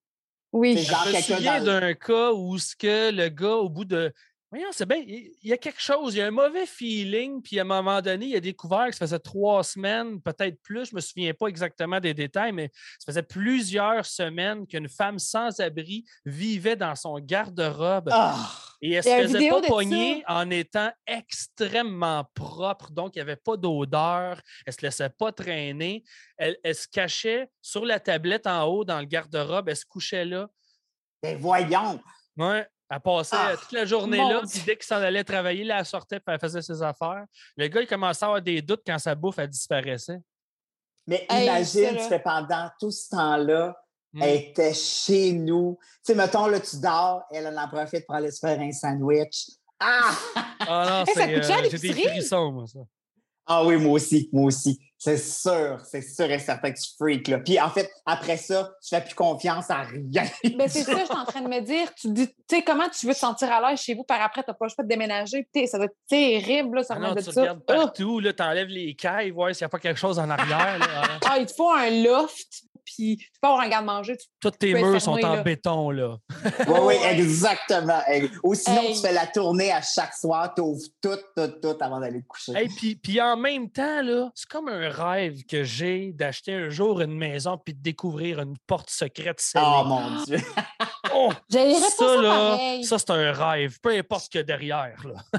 Oui. C'est genre Je me quelqu'un souviens dans- d'un cas où ce que le gars, au bout de. Voyons, c'est bien, il il y a quelque chose, il y a un mauvais feeling, puis à un moment donné, il a découvert que ça faisait trois semaines, peut-être plus, je ne me souviens pas exactement des détails, mais ça faisait plusieurs semaines qu'une femme sans-abri vivait dans son garde-robe. Ah! Et elle Il y a se une faisait vidéo pas de pogner en étant extrêmement propre. Donc, il n'y avait pas d'odeur. Elle ne se laissait pas traîner. Elle, elle se cachait sur la tablette en haut dans le garde-robe. Elle se couchait là. Ben voyons! Ouais. Elle passait Ah, toute la journée mon là. Dieu. Puis dès qu'il s'en allait travailler, là, elle sortait et elle faisait ses affaires. Le gars, il commençait à avoir des doutes quand sa bouffe, elle disparaissait. Mais Hey, imagine, ça, là. tu fais pendant tout ce temps-là, Mm. elle était chez nous. Tu sais, mettons, là, tu dors, elle en profite pour aller se faire un sandwich. Ah! Ah non, Hey, ça c'est, coûte cher, euh, j'ai des l'épicerie? frissons, moi, ça. Ah oui, moi aussi, moi aussi. C'est sûr, c'est sûr et certain que tu freaks, là. Puis en fait, après ça, tu fais plus confiance à rien. Ben, c'est ça, je suis en train de me dire. Tu dis, tu sais, comment tu veux te sentir à l'aise chez vous par après, tu n'as pas le choix de déménager. Puis, ça doit être terrible, là, ça Ah remet non, de tu ça. regardes Ah! partout, là, t'enlèves les cailles, voir s'il n'y a pas quelque chose en arrière. Là. Ah, Ah, il te faut un loft, puis tu peux avoir un garde-manger. Tu... tous tes peux être murs sont fermé, en là. béton, là. Oui, oui, Ouais. exactement. Ou sinon, Hey. tu fais la tournée à chaque soir, tu ouvres tout, tout, tout avant d'aller te coucher. Hey, puis, puis en même temps, là, c'est comme un rêve que j'ai d'acheter un jour une maison puis de découvrir une porte secrète scellée. Oh mon Dieu! Oh, J'allais pas ça, ça là, pareil. ça, c'est un rêve, peu importe ce qu'il y a derrière. Là.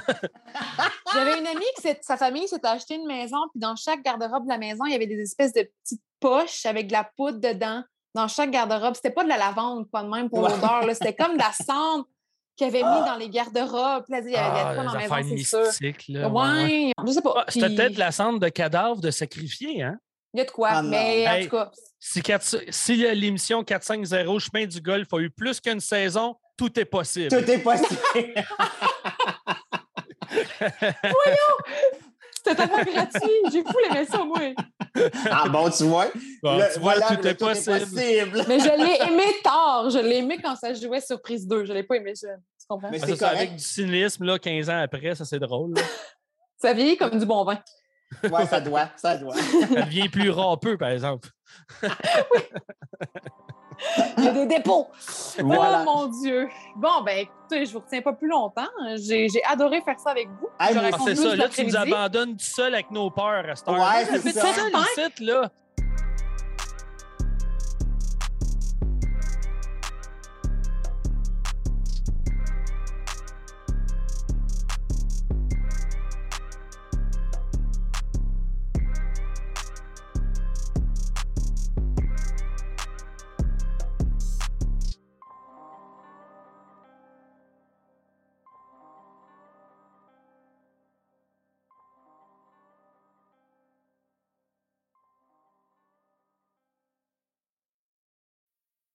J'avais une amie qui, s'est- sa famille s'était acheté une maison, puis dans chaque garde-robe de la maison, il y avait des espèces de petites poches avec de la poudre dedans. Dans chaque garde-robe, c'était pas de la lavande, pas de même pour Ouais. l'odeur, là. C'était comme de la cendre qu'ils avaient mis dans les garde-robes. Puis là, il y avait il y avait Ah, pas les dans la affaires maison, c'est sûr. mystiques. Là, ouais, Ouais, ouais. je sais pas. Ah, c'était Puis, peut-être la cendre de cadavre de sacrifier, hein? il y a de quoi, Ah, non. mais en Hey. tout cas, Si, quatre- si euh, l'émission quatre cinq zéro Chemin du Golfe a eu plus qu'une saison, tout est possible. Tout est possible. c'était tellement gratuit. J'ai fou aimé ça, moi. Ah bon, tu vois? Bon, Le- tu vois, voilà, tout le est possible. possible. Mais je l'ai aimé tard. Je l'ai aimé quand ça jouait sur Prise deux. Je l'ai pas aimé jeune. Tu comprends? Mais Ah, c'est ça, c'est avec correct. du cynisme, là, quinze ans après, ça c'est drôle. là. Ça vieillit comme du bon vin. Ouais, ça doit, ça doit. Ça devient plus râpeux, par exemple. Il y a des dépôts. Voilà. Oh mon Dieu. Bon, ben écoutez, je vous retiens pas plus longtemps. J'ai j'ai adoré faire ça avec vous. Hey, J'aurais moi Ah, c'est conclu ça, là, tu nous l'après-midi. abandonnes tout seul avec nos peurs à cette heure. Ouais, c'est Fais ça. ça, le site, là.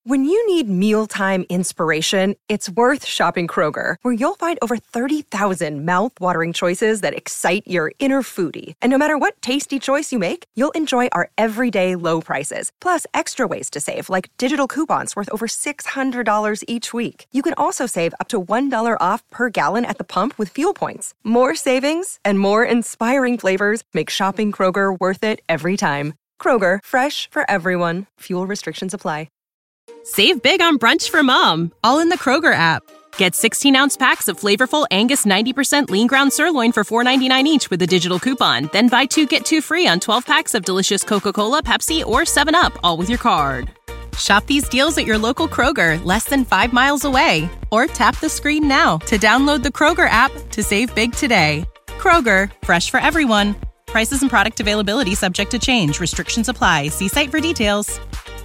When you need mealtime inspiration, it's worth shopping Kroger, where you'll find over thirty thousand mouth-watering choices that excite your inner foodie. And no matter what tasty choice you make, you'll enjoy our everyday low prices, plus extra ways to save, like digital coupons worth over six hundred dollars each week. You can also save up to one dollar off per gallon at the pump with fuel points. More savings and more inspiring flavors make shopping Kroger worth it every time. Kroger, fresh for everyone. Fuel restrictions apply. Save big on brunch for mom, all in the Kroger app. Get sixteen-ounce packs of flavorful Angus ninety percent lean ground sirloin for four ninety-nine each with a digital coupon. Then buy two, get two free on twelve packs of delicious Coca-Cola, Pepsi, or seven up, all with your card. Shop these deals at your local Kroger, less than five miles away. Or tap the screen now to download the Kroger app to save big today. Kroger, fresh for everyone. Prices and product availability subject to change. Restrictions apply. See site for details.